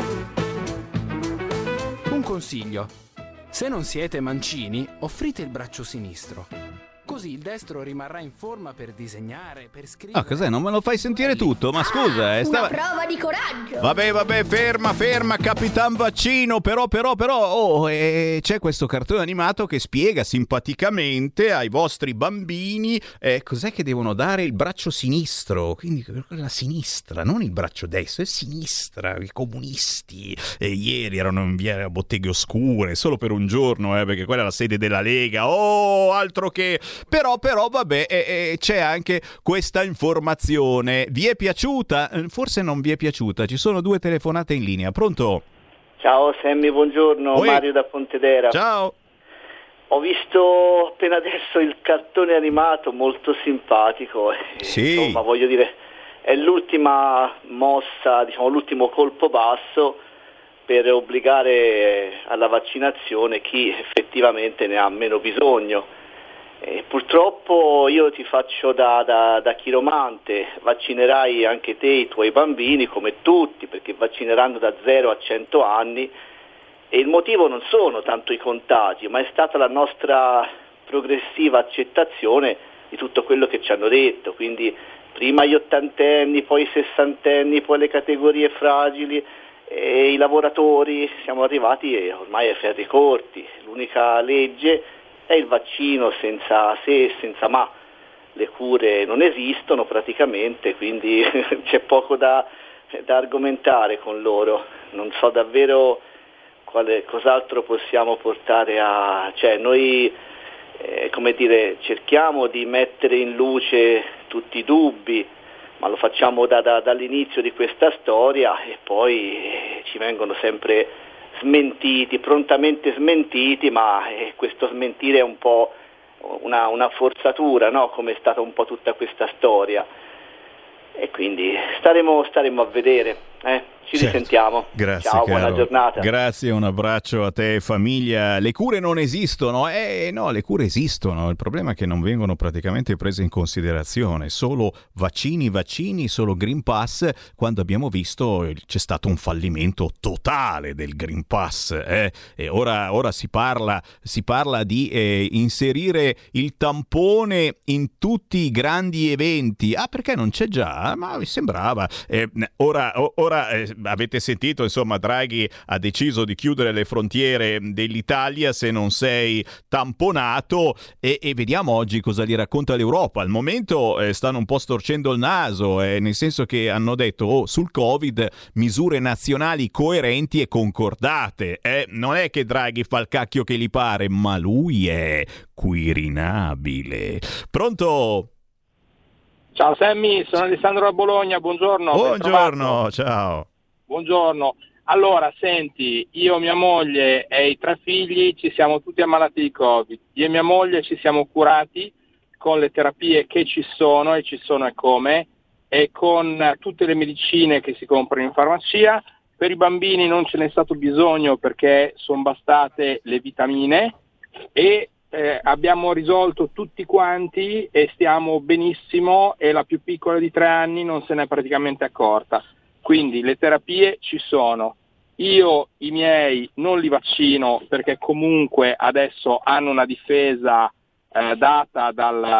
Un consiglio: se non siete mancini, offrite il braccio sinistro. Così il destro rimarrà in forma per disegnare, per scrivere. Cos'è? Non me lo fai sentire tutto? Ma scusa, una prova di coraggio. Vabbè, ferma, Capitan Vaccino. Però, c'è questo cartone animato che spiega simpaticamente ai vostri bambini cos'è che devono dare il braccio sinistro. Quindi la sinistra, non il braccio destro, è sinistra. I comunisti ieri erano in via Botteghe Oscure, solo per un giorno, perché quella è la sede della Lega. Altro che Però vabbè, c'è anche questa informazione. Vi è piaciuta? Forse non vi è piaciuta. Ci sono 2 telefonate in linea. Pronto? Ciao Sammy, buongiorno. Mario da Pontedera. Ciao. Ho visto appena adesso il cartone animato, molto simpatico. Sì. Insomma, voglio dire, è l'ultima mossa, diciamo l'ultimo colpo basso per obbligare alla vaccinazione chi effettivamente ne ha meno bisogno. Purtroppo io ti faccio da chiromante, vaccinerai anche te i tuoi bambini come tutti, perché vaccineranno da 0 a 100 anni. E il motivo non sono tanto i contagi, ma è stata la nostra progressiva accettazione di tutto quello che ci hanno detto, quindi prima gli ottantenni, poi i sessantenni, poi le categorie fragili e i lavoratori, siamo arrivati ormai ai ferri corti. L'unica legge è il vaccino senza se e senza ma, le cure non esistono praticamente, quindi c'è poco da argomentare con loro, non so davvero cos'altro possiamo portare a... Cioè noi, come dire, cerchiamo di mettere in luce tutti i dubbi, ma lo facciamo dall'inizio di questa storia e poi ci vengono sempre smentiti, prontamente smentiti, ma questo smentire è un po' una forzatura, no? Come è stata un po' tutta questa storia. E quindi staremo a vedere. Ci risentiamo. Grazie, ciao, caro. Buona giornata. Grazie, un abbraccio a te e famiglia. Le cure non esistono? No, le cure esistono. Il problema è che non vengono praticamente prese in considerazione. Solo vaccini, solo Green Pass, quando abbiamo visto c'è stato un fallimento totale del Green Pass. E ora si parla di inserire il tampone in tutti i grandi eventi. Perché non c'è già? Ma mi sembrava. Ora avete sentito, insomma, Draghi ha deciso di chiudere le frontiere dell'Italia se non sei tamponato e vediamo oggi cosa gli racconta l'Europa. Al momento stanno un po' storcendo il naso, nel senso che hanno detto sul Covid misure nazionali coerenti e concordate. Non è che Draghi fa il cacchio che gli pare, ma lui è quirinabile. Pronto? Ciao Sammy, sono Alessandro da Bologna, buongiorno. Buongiorno, ciao. Buongiorno. Allora, senti, io, mia moglie e i 3 figli ci siamo tutti ammalati di Covid. Io e mia moglie ci siamo curati con le terapie che ci sono e come, e con tutte le medicine che si comprano in farmacia. Per i bambini non ce n'è stato bisogno perché sono bastate le vitamine e abbiamo risolto tutti quanti e stiamo benissimo, e la più piccola di 3 anni non se n'è praticamente accorta. Quindi le terapie ci sono. Io i miei non li vaccino perché comunque adesso hanno una difesa data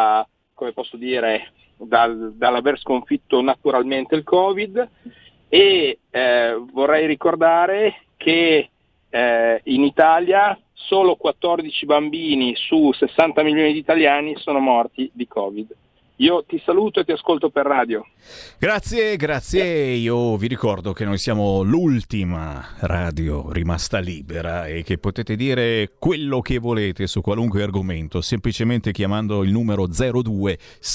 dall'aver sconfitto naturalmente il Covid, e vorrei ricordare che in Italia solo 14 bambini su 60 milioni di italiani sono morti di Covid. Io ti saluto e ti ascolto per radio. Grazie. Io vi ricordo che noi siamo l'ultima radio rimasta libera e che potete dire quello che volete su qualunque argomento, semplicemente chiamando il numero 02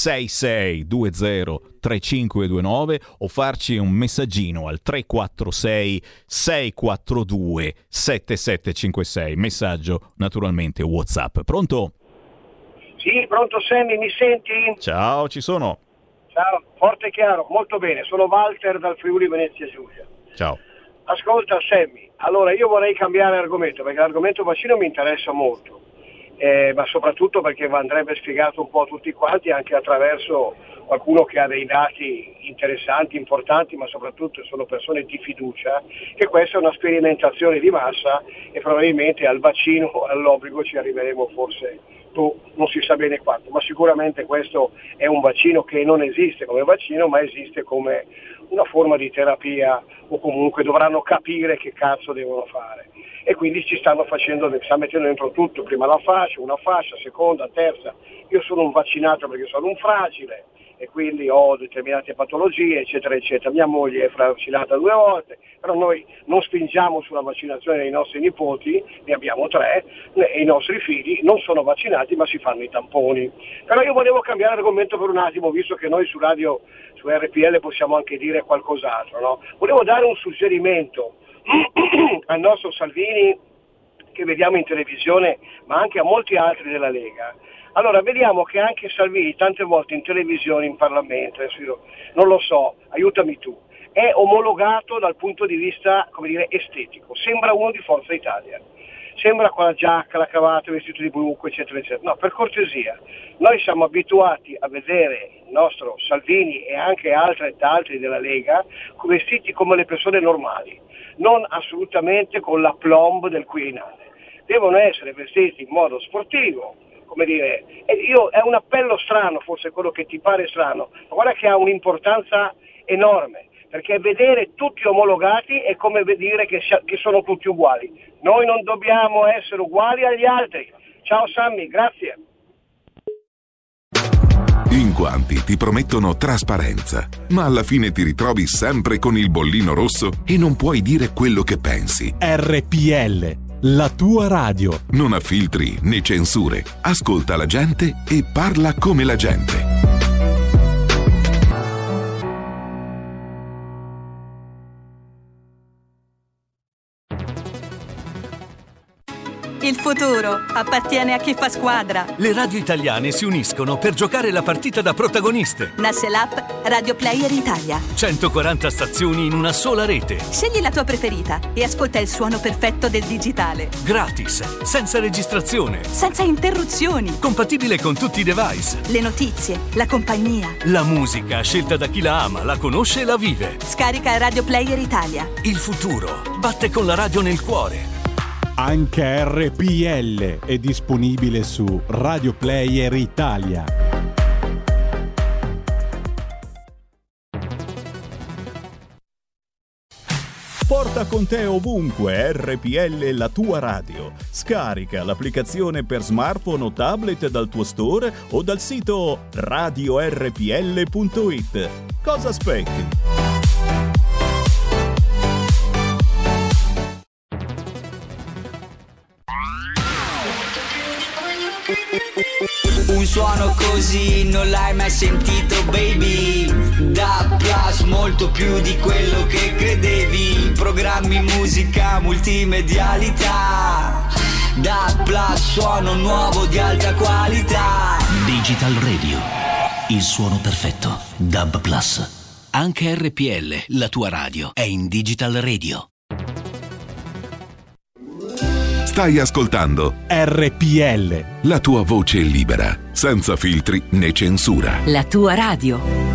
6620 3529 o farci un messaggino al 346 642 7756. Messaggio naturalmente WhatsApp. Pronto? Sì, pronto Sammy, mi senti? Ciao, ci sono. Ciao, forte e chiaro, molto bene, sono Walter dal Friuli Venezia Giulia. Ciao. Ascolta Sammy, allora io vorrei cambiare argomento perché l'argomento vaccino mi interessa molto, ma soprattutto perché andrebbe spiegato un po' a tutti quanti, anche attraverso qualcuno che ha dei dati interessanti, importanti, ma soprattutto sono persone di fiducia, che questa è una sperimentazione di massa e probabilmente al vaccino, all'obbligo ci arriveremo forse non si sa bene quanto, ma sicuramente questo è un vaccino che non esiste come vaccino, ma esiste come una forma di terapia, o comunque dovranno capire che cazzo devono fare. E quindi stanno mettendo dentro tutto, prima una fascia, seconda, terza. Io sono un vaccinato perché sono un fragile, e quindi ho determinate patologie, eccetera, eccetera. Mia moglie è vaccinata 2 volte, però noi non spingiamo sulla vaccinazione dei nostri nipoti, ne abbiamo 3, e i nostri figli non sono vaccinati ma si fanno i tamponi. Però io volevo cambiare argomento per un attimo, visto che noi su radio, su RPL possiamo anche dire qualcos'altro, no? Volevo dare un suggerimento al nostro Salvini, che vediamo in televisione, ma anche a molti altri della Lega. Allora, vediamo che anche Salvini tante volte in televisione, in Parlamento, non lo so, aiutami tu, è omologato dal punto di vista, come dire, estetico. Sembra uno di Forza Italia. Sembra con la giacca, la cravatta, il vestito di buco, eccetera, eccetera. No, per cortesia, noi siamo abituati a vedere il nostro Salvini e anche altri della Lega vestiti come le persone normali, non assolutamente con la plomb del Quirinale. Devono essere vestiti in modo sportivo, come dire, è un appello strano, forse quello che ti pare strano, ma guarda che ha un'importanza enorme, perché vedere tutti omologati è come dire che sono tutti uguali. Noi non dobbiamo essere uguali agli altri. Ciao Sammy, grazie. In quanti ti promettono trasparenza, ma alla fine ti ritrovi sempre con il bollino rosso e non puoi dire quello che pensi. RPL, la tua radio. Non ha filtri né censure. Ascolta la gente e parla come la gente. Il futuro appartiene a chi fa squadra. Le radio italiane si uniscono per giocare la partita da protagoniste. Nasce l'app Radio Player Italia. 140 stazioni in una sola rete. Scegli la tua preferita e ascolta il suono perfetto del digitale. Gratis, senza registrazione. Senza interruzioni. Compatibile con tutti i device. Le notizie, la compagnia. La musica, scelta da chi la ama, la conosce e la vive. Scarica Radio Player Italia. Il futuro batte con la radio nel cuore. Anche RPL è disponibile su Radio Player Italia. Porta con te ovunque RPL, la tua radio. Scarica l'applicazione per smartphone o tablet dal tuo store o dal sito radiorpl.it. Cosa aspetti? Un suono così non l'hai mai sentito, baby. Da Plus, molto più di quello che credevi. Programmi, musica, multimedialità. Da Plus, suono nuovo di alta qualità. Digital Radio, il suono perfetto. DAB Plus. Anche RPL, la tua radio, è in Digital Radio. Stai ascoltando RPL, la tua voce libera, senza filtri né censura. La tua radio.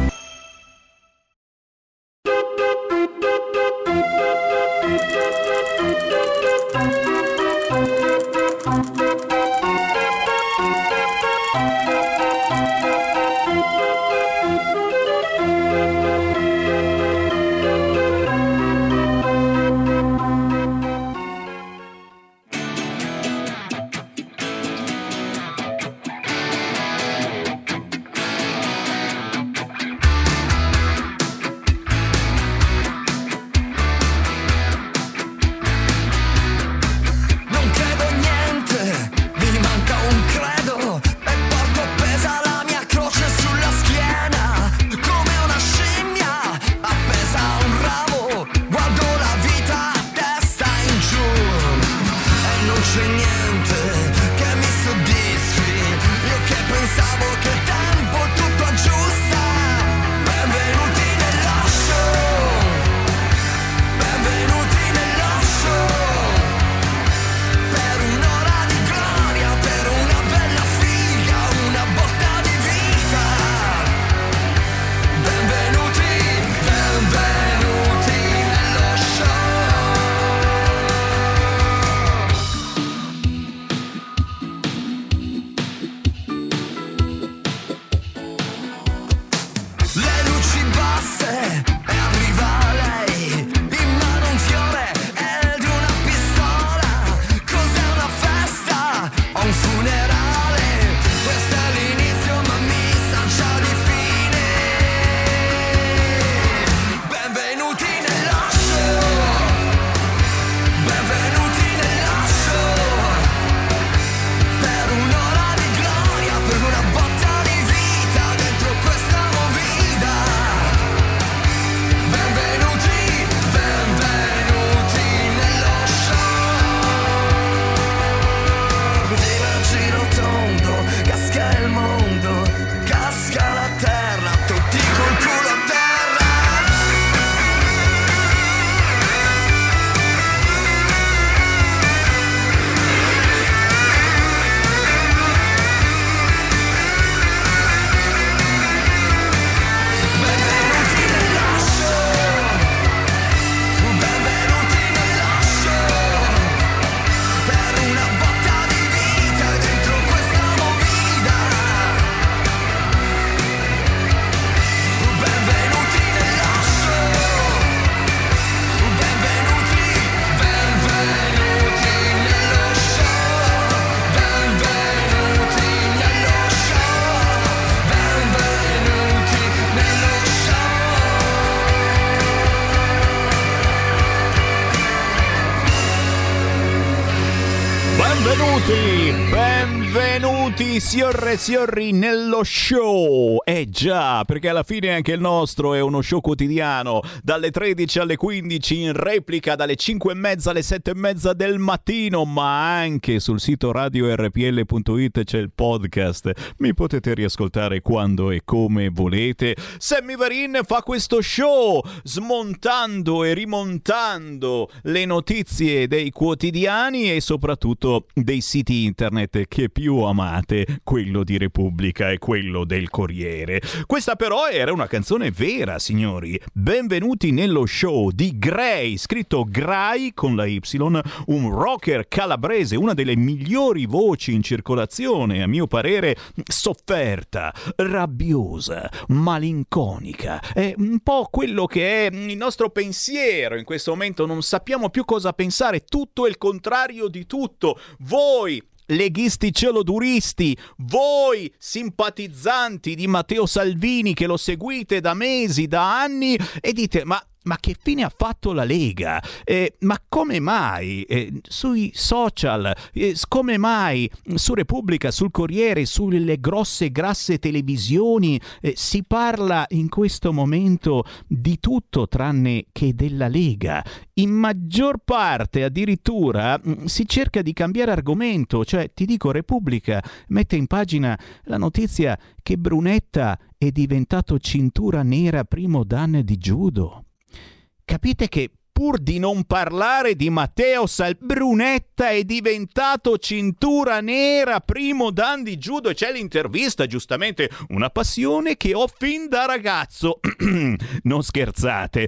Benvenuti signore e signori nello show. Già, perché alla fine anche il nostro è uno show quotidiano, dalle 13 alle 15, in replica dalle 5:30 alle 7:30 del mattino, ma anche sul sito radiorpl.it c'è il podcast. Mi potete riascoltare quando e come volete. Sammy Varin fa questo show smontando e rimontando le notizie dei quotidiani e soprattutto dei siti internet che più amate, quello di Repubblica e quello del Corriere. Questa però era una canzone vera, signori. Benvenuti nello show di Gray, scritto Gray con la Y, un rocker calabrese, una delle migliori voci in circolazione, a mio parere sofferta, rabbiosa, malinconica. È un po' quello che è il nostro pensiero in questo momento, non sappiamo più cosa pensare, tutto è il contrario di tutto. Voi leghisti celoduristi, voi simpatizzanti di Matteo Salvini che lo seguite da mesi, da anni e dite ma che fine ha fatto la Lega? Ma come mai sui social, come mai su Repubblica, sul Corriere, sulle grosse grasse televisioni si parla in questo momento di tutto tranne che della Lega? In maggior parte addirittura si cerca di cambiare argomento, cioè ti dico Repubblica mette in pagina la notizia che Brunetta è diventato cintura nera primo dan di judo. Capite che pur di non parlare di Matteo Brunetta è diventato cintura nera primo dan di judo e c'è l'intervista, giustamente una passione che ho fin da ragazzo. Non scherzate.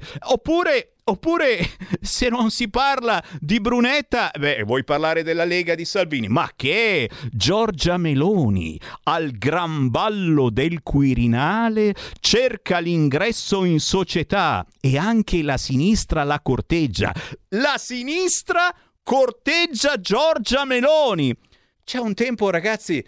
Oppure se non si parla di Brunetta, vuoi parlare della Lega di Salvini? Ma che? Giorgia Meloni al gran ballo del Quirinale cerca l'ingresso in società e anche la sinistra la corteggia. La sinistra corteggia Giorgia Meloni. C'è un tempo, ragazzi,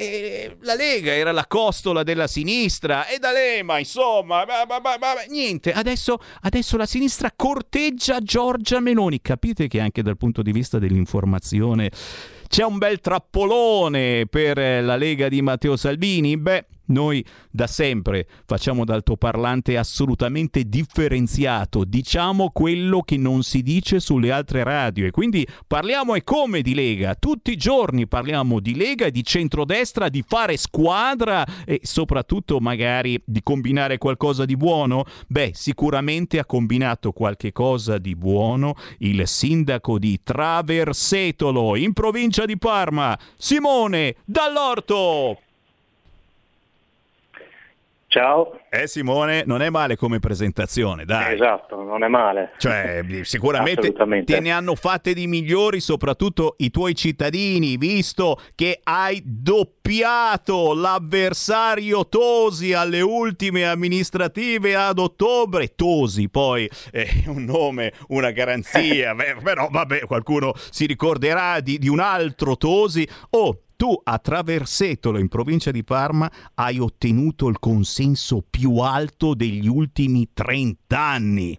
la Lega era la costola della sinistra e D'Alema, insomma, niente, adesso la sinistra corteggia Giorgia Meloni. Capite che anche dal punto di vista dell'informazione c'è un bel trappolone per la Lega di Matteo Salvini? Noi da sempre facciamo d'altoparlante assolutamente differenziato, diciamo quello che non si dice sulle altre radio e quindi parliamo e come di Lega, tutti i giorni parliamo di Lega e di centrodestra, di fare squadra e soprattutto magari di combinare qualcosa di buono. Sicuramente ha combinato qualche cosa di buono il sindaco di Traversetolo in provincia di Parma, Simone Dall'Orto. Ciao. Simone, non è male come presentazione, dai. Esatto, non è male. Cioè, sicuramente te ne hanno fatte di migliori, soprattutto i tuoi cittadini, visto che hai doppiato l'avversario Tosi alle ultime amministrative ad ottobre. Tosi, poi, è un nome, una garanzia, però vabbè, qualcuno si ricorderà di un altro Tosi. Tu a Traversetolo, in provincia di Parma, hai ottenuto il consenso più alto degli ultimi 30 anni.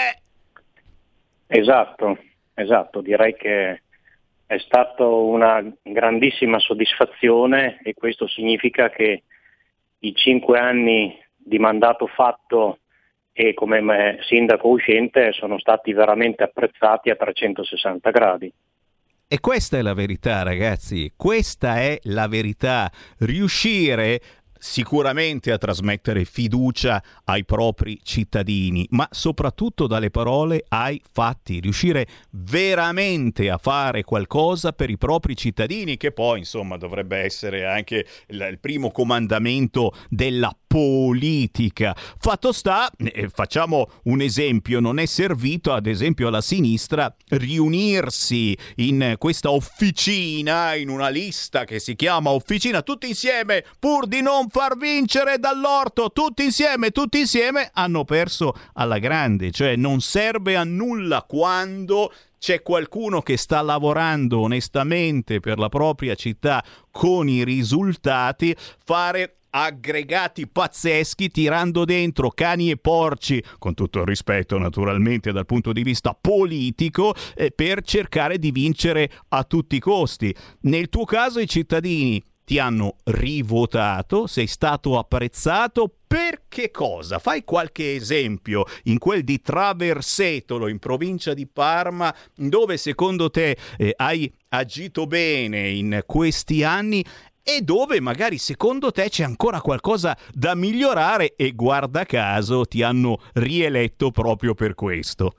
Esatto. Direi che è stata una grandissima soddisfazione e questo significa che i 5 anni di mandato fatto e come sindaco uscente sono stati veramente apprezzati a 360 gradi. E questa è la verità, ragazzi, questa è la verità. Riuscire sicuramente a trasmettere fiducia ai propri cittadini, ma soprattutto dalle parole ai fatti, riuscire veramente a fare qualcosa per i propri cittadini, che poi insomma dovrebbe essere anche il primo comandamento della politica. Fatto sta, facciamo un esempio, non è servito ad esempio alla sinistra riunirsi in questa officina, in una lista che si chiama officina, tutti insieme, pur di non far vincere Dall'Orto, tutti insieme, hanno perso alla grande, cioè non serve a nulla quando c'è qualcuno che sta lavorando onestamente per la propria città con i risultati, fare aggregati pazzeschi, tirando dentro cani e porci, con tutto il rispetto naturalmente dal punto di vista politico, per cercare di vincere a tutti i costi. Nel tuo caso i cittadini ti hanno rivotato, sei stato apprezzato. Per che cosa? Fai qualche esempio in quel di Traversetolo, in provincia di Parma, dove secondo te hai agito bene in questi anni e dove magari secondo te c'è ancora qualcosa da migliorare e guarda caso ti hanno rieletto proprio per questo.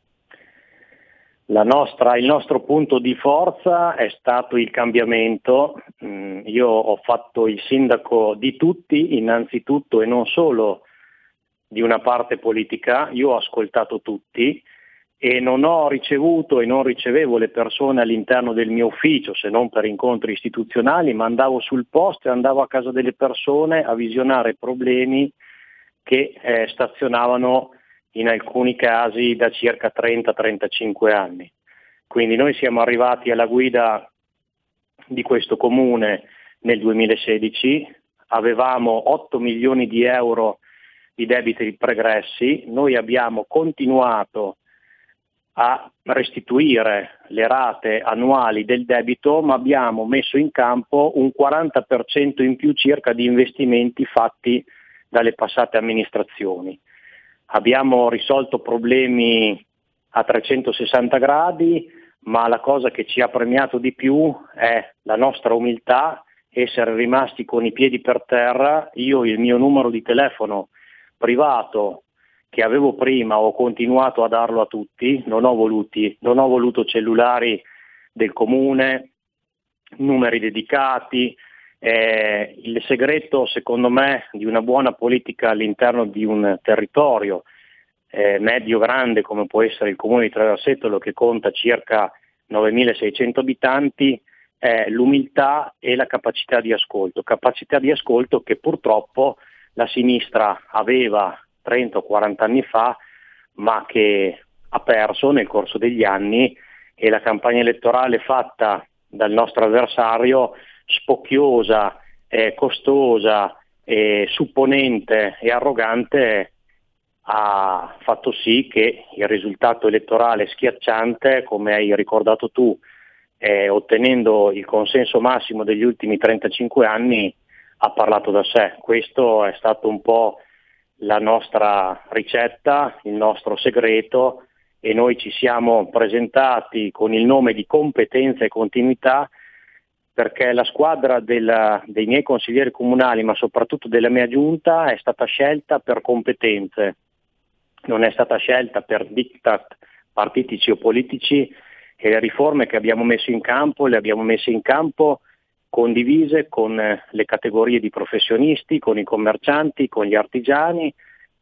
Il nostro punto di forza è stato il cambiamento. Io ho fatto il sindaco di tutti, innanzitutto, e non solo di una parte politica. Io ho ascoltato tutti e non ho ricevuto e non ricevevo le persone all'interno del mio ufficio, se non per incontri istituzionali, ma andavo sul posto e andavo a casa delle persone a visionare problemi che stazionavano in alcuni casi da circa 30-35 anni. Quindi noi siamo arrivati alla guida di questo comune nel 2016, avevamo 8 milioni di euro di debiti pregressi, noi abbiamo continuato a restituire le rate annuali del debito, ma abbiamo messo in campo un 40% in più circa di investimenti fatti dalle passate amministrazioni. Abbiamo risolto problemi a 360 gradi, ma la cosa che ci ha premiato di più è la nostra umiltà, essere rimasti con i piedi per terra. Io il mio numero di telefono privato che avevo prima ho continuato a darlo a tutti, non ho voluto cellulari del comune, numeri dedicati. Il segreto, secondo me, di una buona politica all'interno di un territorio medio-grande come può essere il comune di Traversetolo, che conta circa 9.600 abitanti, è l'umiltà e la capacità di ascolto che purtroppo la sinistra aveva 30 o 40 anni fa, ma che ha perso nel corso degli anni, e la campagna elettorale fatta dal nostro avversario, spocchiosa, costosa, supponente e arrogante, ha fatto sì che il risultato elettorale schiacciante, come hai ricordato tu, ottenendo il consenso massimo degli ultimi 35 anni, ha parlato da sé. Questo è stato un po' la nostra ricetta, il nostro segreto, e noi ci siamo presentati con il nome di competenza e continuità, perché la squadra dei miei consiglieri comunali, ma soprattutto della mia giunta, è stata scelta per competenze, non è stata scelta per diktat partitici o politici, e le riforme che abbiamo messo in campo le abbiamo messe in campo condivise con le categorie di professionisti, con i commercianti, con gli artigiani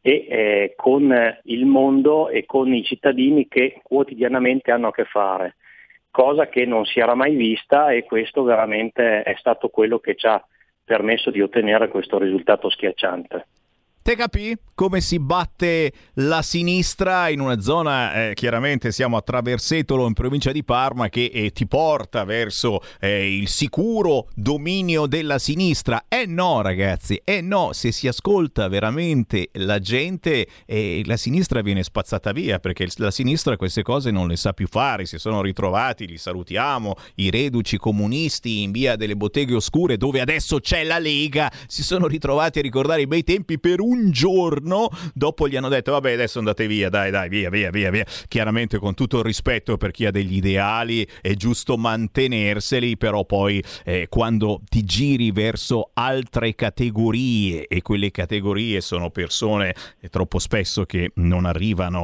e con il mondo e con i cittadini che quotidianamente hanno a che fare, cosa che non si era mai vista, e questo veramente è stato quello che ci ha permesso di ottenere questo risultato schiacciante. Te capì come si batte la sinistra in una zona, chiaramente siamo a Traversetolo in provincia di Parma, che ti porta verso il sicuro dominio della sinistra? No ragazzi, no, se si ascolta veramente la gente, la sinistra viene spazzata via, perché la sinistra queste cose non le sa più fare. Si sono ritrovati, li salutiamo, i reduci comunisti in via delle Botteghe Oscure, dove adesso c'è la Lega, si sono ritrovati a ricordare i bei tempi per un giorno, dopo gli hanno detto vabbè adesso andate via, dai via. Chiaramente con tutto il rispetto per chi ha degli ideali è giusto mantenerseli, però poi quando ti giri verso altre categorie, e quelle categorie sono persone troppo spesso che non arrivano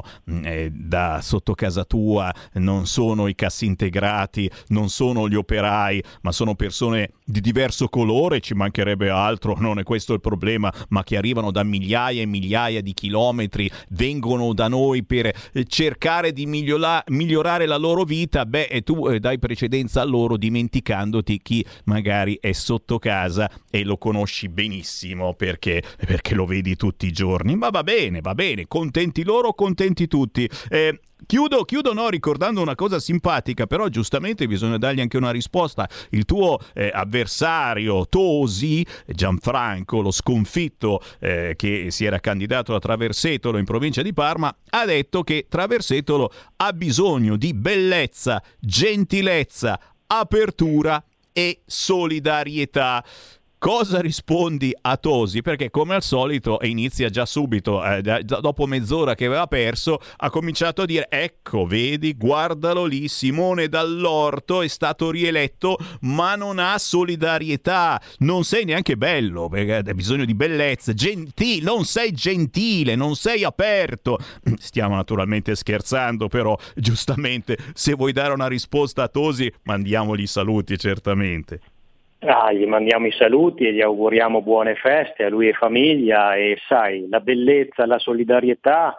da sotto casa tua, non sono i cassintegrati, non sono gli operai, ma sono persone di diverso colore, ci mancherebbe altro, non è questo il problema, ma che arrivano da migliaia e migliaia di chilometri, vengono da noi per cercare di migliorare la loro vita, e tu dai precedenza a loro, dimenticandoti chi magari è sotto casa e lo conosci benissimo perché lo vedi tutti i giorni. Ma va bene, contenti loro, contenti tutti. Chiudo ricordando una cosa simpatica, però giustamente bisogna dargli anche una risposta. Il tuo avversario Tosi, Gianfranco, lo sconfitto che si era candidato a Traversetolo in provincia di Parma, ha detto che Traversetolo ha bisogno di bellezza, gentilezza, apertura e solidarietà. Cosa rispondi a Tosi? Perché come al solito, e inizia già subito, dopo mezz'ora che aveva perso, ha cominciato a dire: ecco, vedi, guardalo lì, Simone Dall'Orto è stato rieletto ma non ha solidarietà, non sei neanche bello, perché hai bisogno di bellezza, non sei gentile, non sei aperto. Stiamo naturalmente scherzando, però giustamente se vuoi dare una risposta a Tosi, mandiamogli i saluti certamente. Gli mandiamo i saluti e gli auguriamo buone feste a lui e famiglia, e sai, la bellezza, la solidarietà,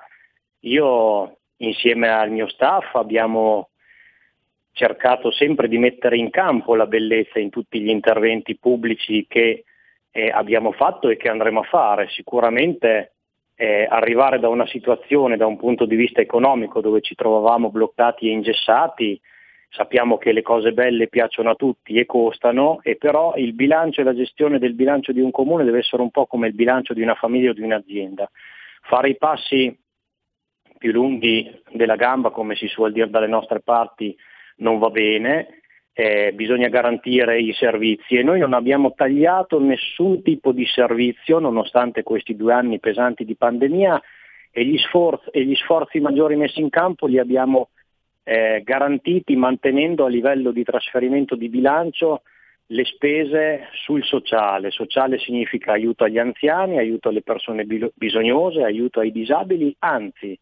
io insieme al mio staff abbiamo cercato sempre di mettere in campo la bellezza in tutti gli interventi pubblici che abbiamo fatto e che andremo a fare. Sicuramente arrivare da una situazione, da un punto di vista economico, dove ci trovavamo bloccati e ingessati, sappiamo che le cose belle piacciono a tutti e costano, e però il bilancio e la gestione del bilancio di un comune deve essere un po' come il bilancio di una famiglia o di un'azienda. Fare i passi più lunghi della gamba, come si suol dire dalle nostre parti, non va bene, bisogna garantire i servizi, e noi non abbiamo tagliato nessun tipo di servizio nonostante questi 2 anni pesanti di pandemia, e gli sforzi maggiori messi in campo li abbiamo garantiti mantenendo a livello di trasferimento di bilancio le spese sul sociale. Sociale significa aiuto agli anziani, aiuto alle persone bisognose, aiuto ai disabili. Anzi,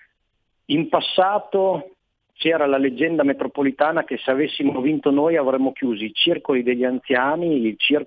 in passato c'era la leggenda metropolitana che se avessimo vinto noi avremmo chiuso i circoli degli anziani,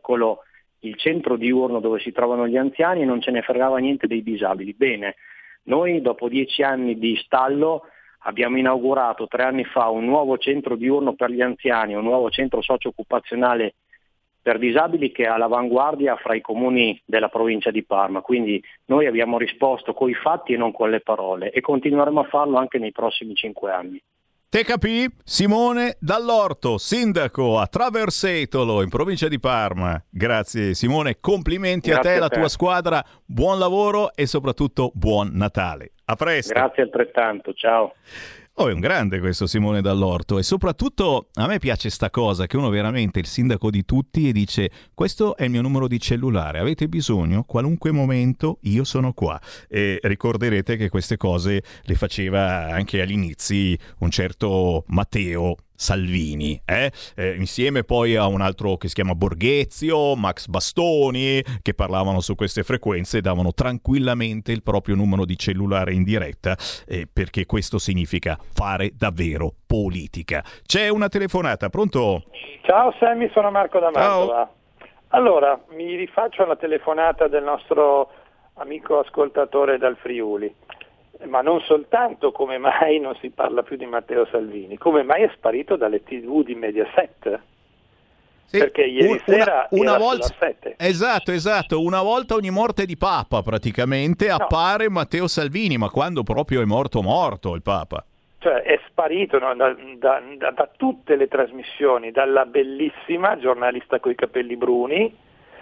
il centro diurno dove si trovano gli anziani, e non ce ne fregava niente dei disabili. Bene, noi dopo 10 anni di stallo abbiamo inaugurato 3 anni fa un nuovo centro diurno per gli anziani, un nuovo centro socio-occupazionale per disabili che è all'avanguardia fra i comuni della provincia di Parma. Quindi noi abbiamo risposto coi fatti e non con le parole, e continueremo a farlo anche nei prossimi 5 anni. Te capì? Simone Dall'Orto, sindaco a Traversetolo in provincia di Parma. Grazie Simone, complimenti. Grazie a te e alla tua squadra, buon lavoro e soprattutto buon Natale. A presto. Grazie altrettanto, ciao. È un grande questo Simone Dall'Orto, e soprattutto a me piace sta cosa che uno veramente è il sindaco di tutti e dice: questo è il mio numero di cellulare, avete bisogno, qualunque momento io sono qua. E ricorderete che queste cose le faceva anche agli inizi un certo Matteo Salvini, insieme poi a un altro che si chiama Borghezio, Max Bastoni, che parlavano su queste frequenze e davano tranquillamente il proprio numero di cellulare in diretta, perché questo significa fare davvero politica. C'è una telefonata, pronto? Ciao Sammy, sono Marco da Mantova. Ciao. Allora, mi rifaccio alla telefonata del nostro amico ascoltatore dal Friuli. Ma non soltanto, come mai non si parla più di Matteo Salvini, come mai è sparito dalle TV di Mediaset? Sì, perché ieri sera una era volta, sulla 7. Esatto, una volta ogni morte di Papa praticamente appare Matteo Salvini, ma quando proprio è morto il Papa. Cioè è sparito, no, da tutte le trasmissioni, dalla bellissima giornalista coi capelli bruni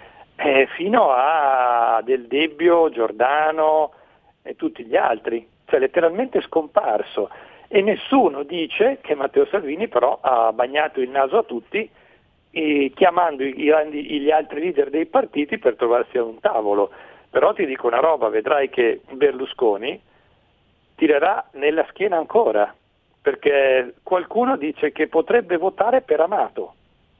fino a Del Debbio, Giordano e tutti gli altri, cioè letteralmente scomparso, e nessuno dice che Matteo Salvini però ha bagnato il naso a tutti, chiamando gli altri leader dei partiti per trovarsi a un tavolo. Però ti dico una roba, vedrai che Berlusconi tirerà nella schiena ancora, perché qualcuno dice che potrebbe votare per Amato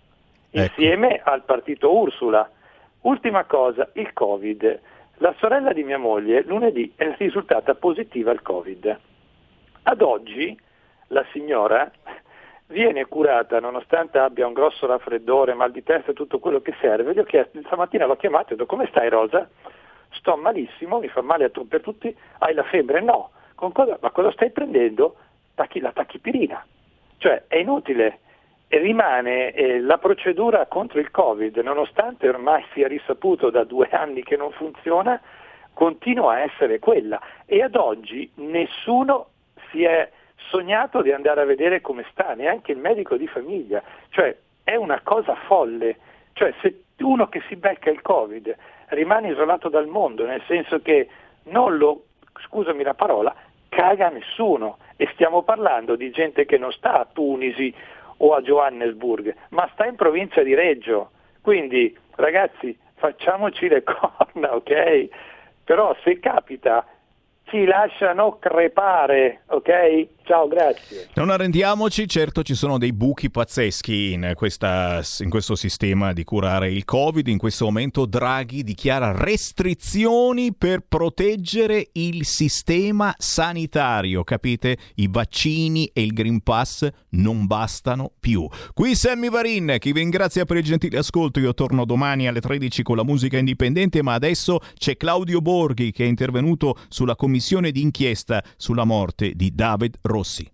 insieme al partito Ursula. Ultima cosa, il Covid. La sorella di mia moglie lunedì è risultata positiva al Covid. Ad oggi la signora viene curata nonostante abbia un grosso raffreddore, mal di testa e tutto quello che serve. Gli ho chiesto, stamattina l'ho chiamato e ho detto: come stai Rosa? Sto malissimo, mi fa male per tutti, hai la febbre? No. Ma cosa stai prendendo? La tachipirina. Cioè è inutile. E rimane la procedura contro il Covid, nonostante ormai sia risaputo da 2 anni che non funziona, continua a essere quella, e ad oggi nessuno si è sognato di andare a vedere come sta, neanche il medico di famiglia. Cioè è una cosa folle. Cioè se uno che si becca il Covid rimane isolato dal mondo, nel senso che non lo, scusami la parola, caga nessuno, e stiamo parlando di gente che non sta a Tunisi o a Johannesburg, ma sta in provincia di Reggio. Quindi ragazzi, facciamoci le corna, ok? Però se capita ci lasciano crepare, ok? Ciao, grazie. Non arrendiamoci, certo ci sono dei buchi pazzeschi in questo sistema di curare il Covid. In questo momento Draghi dichiara restrizioni per proteggere il sistema sanitario, capite? I vaccini e il Green Pass non bastano più. Qui Sammy Varin, che vi ringrazia per il gentile ascolto. Io torno domani alle 13 con la musica indipendente, ma adesso c'è Claudio Borghi che è intervenuto sulla commissione di inchiesta sulla morte di David Rossi.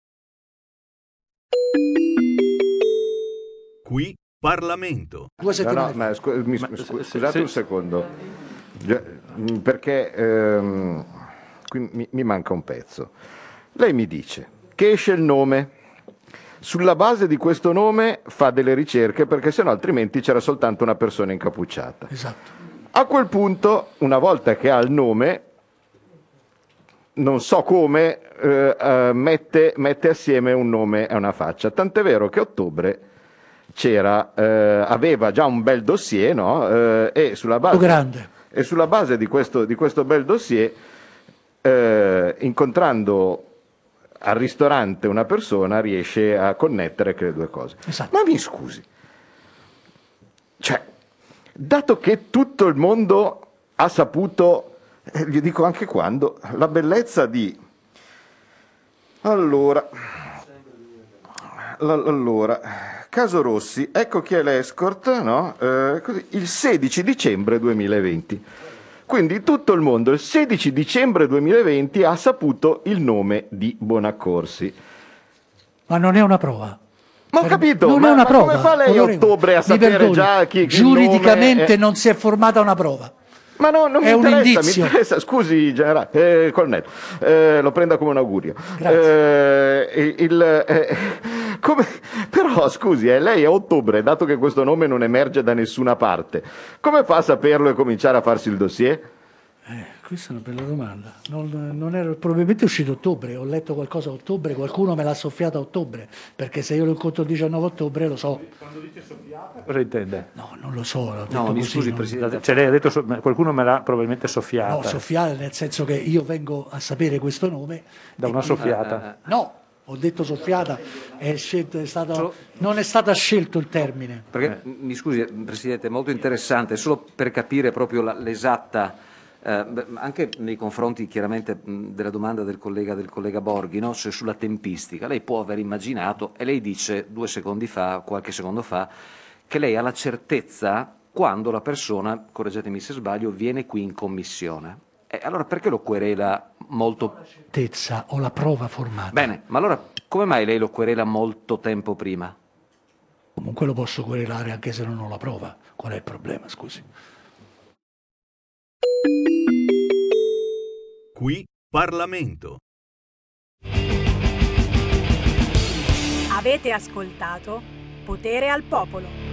Qui Parlamento. Scusate un secondo, perché qui mi manca un pezzo. Lei mi dice che esce il nome, sulla base di questo nome fa delle ricerche, perché sennò altrimenti c'era soltanto una persona incappucciata. Esatto. A quel punto, una volta che ha il nome, non so come, mette assieme un nome e una faccia. Tant'è vero che a ottobre aveva già un bel dossier, no? E sulla base di questo bel dossier, incontrando al ristorante una persona, riesce a connettere le due cose. Esatto. Ma mi scusi, cioè, dato che tutto il mondo ha saputo, gli dico anche quando, la bellezza di allora caso Rossi, ecco chi è l'escort, no? Così, il 16 dicembre 2020. Quindi tutto il mondo il 16 dicembre 2020 ha saputo il nome di Bonaccorsi. Ma non è una prova. Ma ho capito, non è una prova. Come fa lei a ottobre a sapere già chi giuridicamente non si è formata una prova. Ma no, non è mi interessa, un indizio. mi interessa. Scusi, generale, colonnello, lo prenda come un augurio. Però, scusi, lei a ottobre, dato che questo nome non emerge da nessuna parte, come fa a saperlo e cominciare a farsi il dossier? Questa è una bella domanda. Non ero probabilmente uscito a ottobre, ho letto qualcosa a ottobre, qualcuno me l'ha soffiata a ottobre, perché se io lo incontro il 19 ottobre lo so. Quando dice soffiata, cosa intende? No, non lo so. No, mi scusi, Presidente. Cioè lei ha detto qualcuno me l'ha probabilmente soffiata. No, soffiata nel senso che io vengo a sapere questo nome. Da una soffiata? No, ho detto soffiata, non è stato scelto il termine. Perché, mi scusi, Presidente, è molto interessante, solo per capire proprio l'esatta... anche nei confronti chiaramente della domanda del collega Borghi, no? Se sulla tempistica lei può aver immaginato, e lei dice qualche secondo fa, che lei ha la certezza quando la persona, correggetemi se sbaglio, viene qui in commissione. Allora perché lo querela molto... La certezza o la prova formata. Bene, ma allora come mai lei lo querela molto tempo prima? Comunque lo posso querelare anche se non ho la prova. Qual è il problema, scusi? Qui Parlamento. Avete ascoltato Potere al Popolo.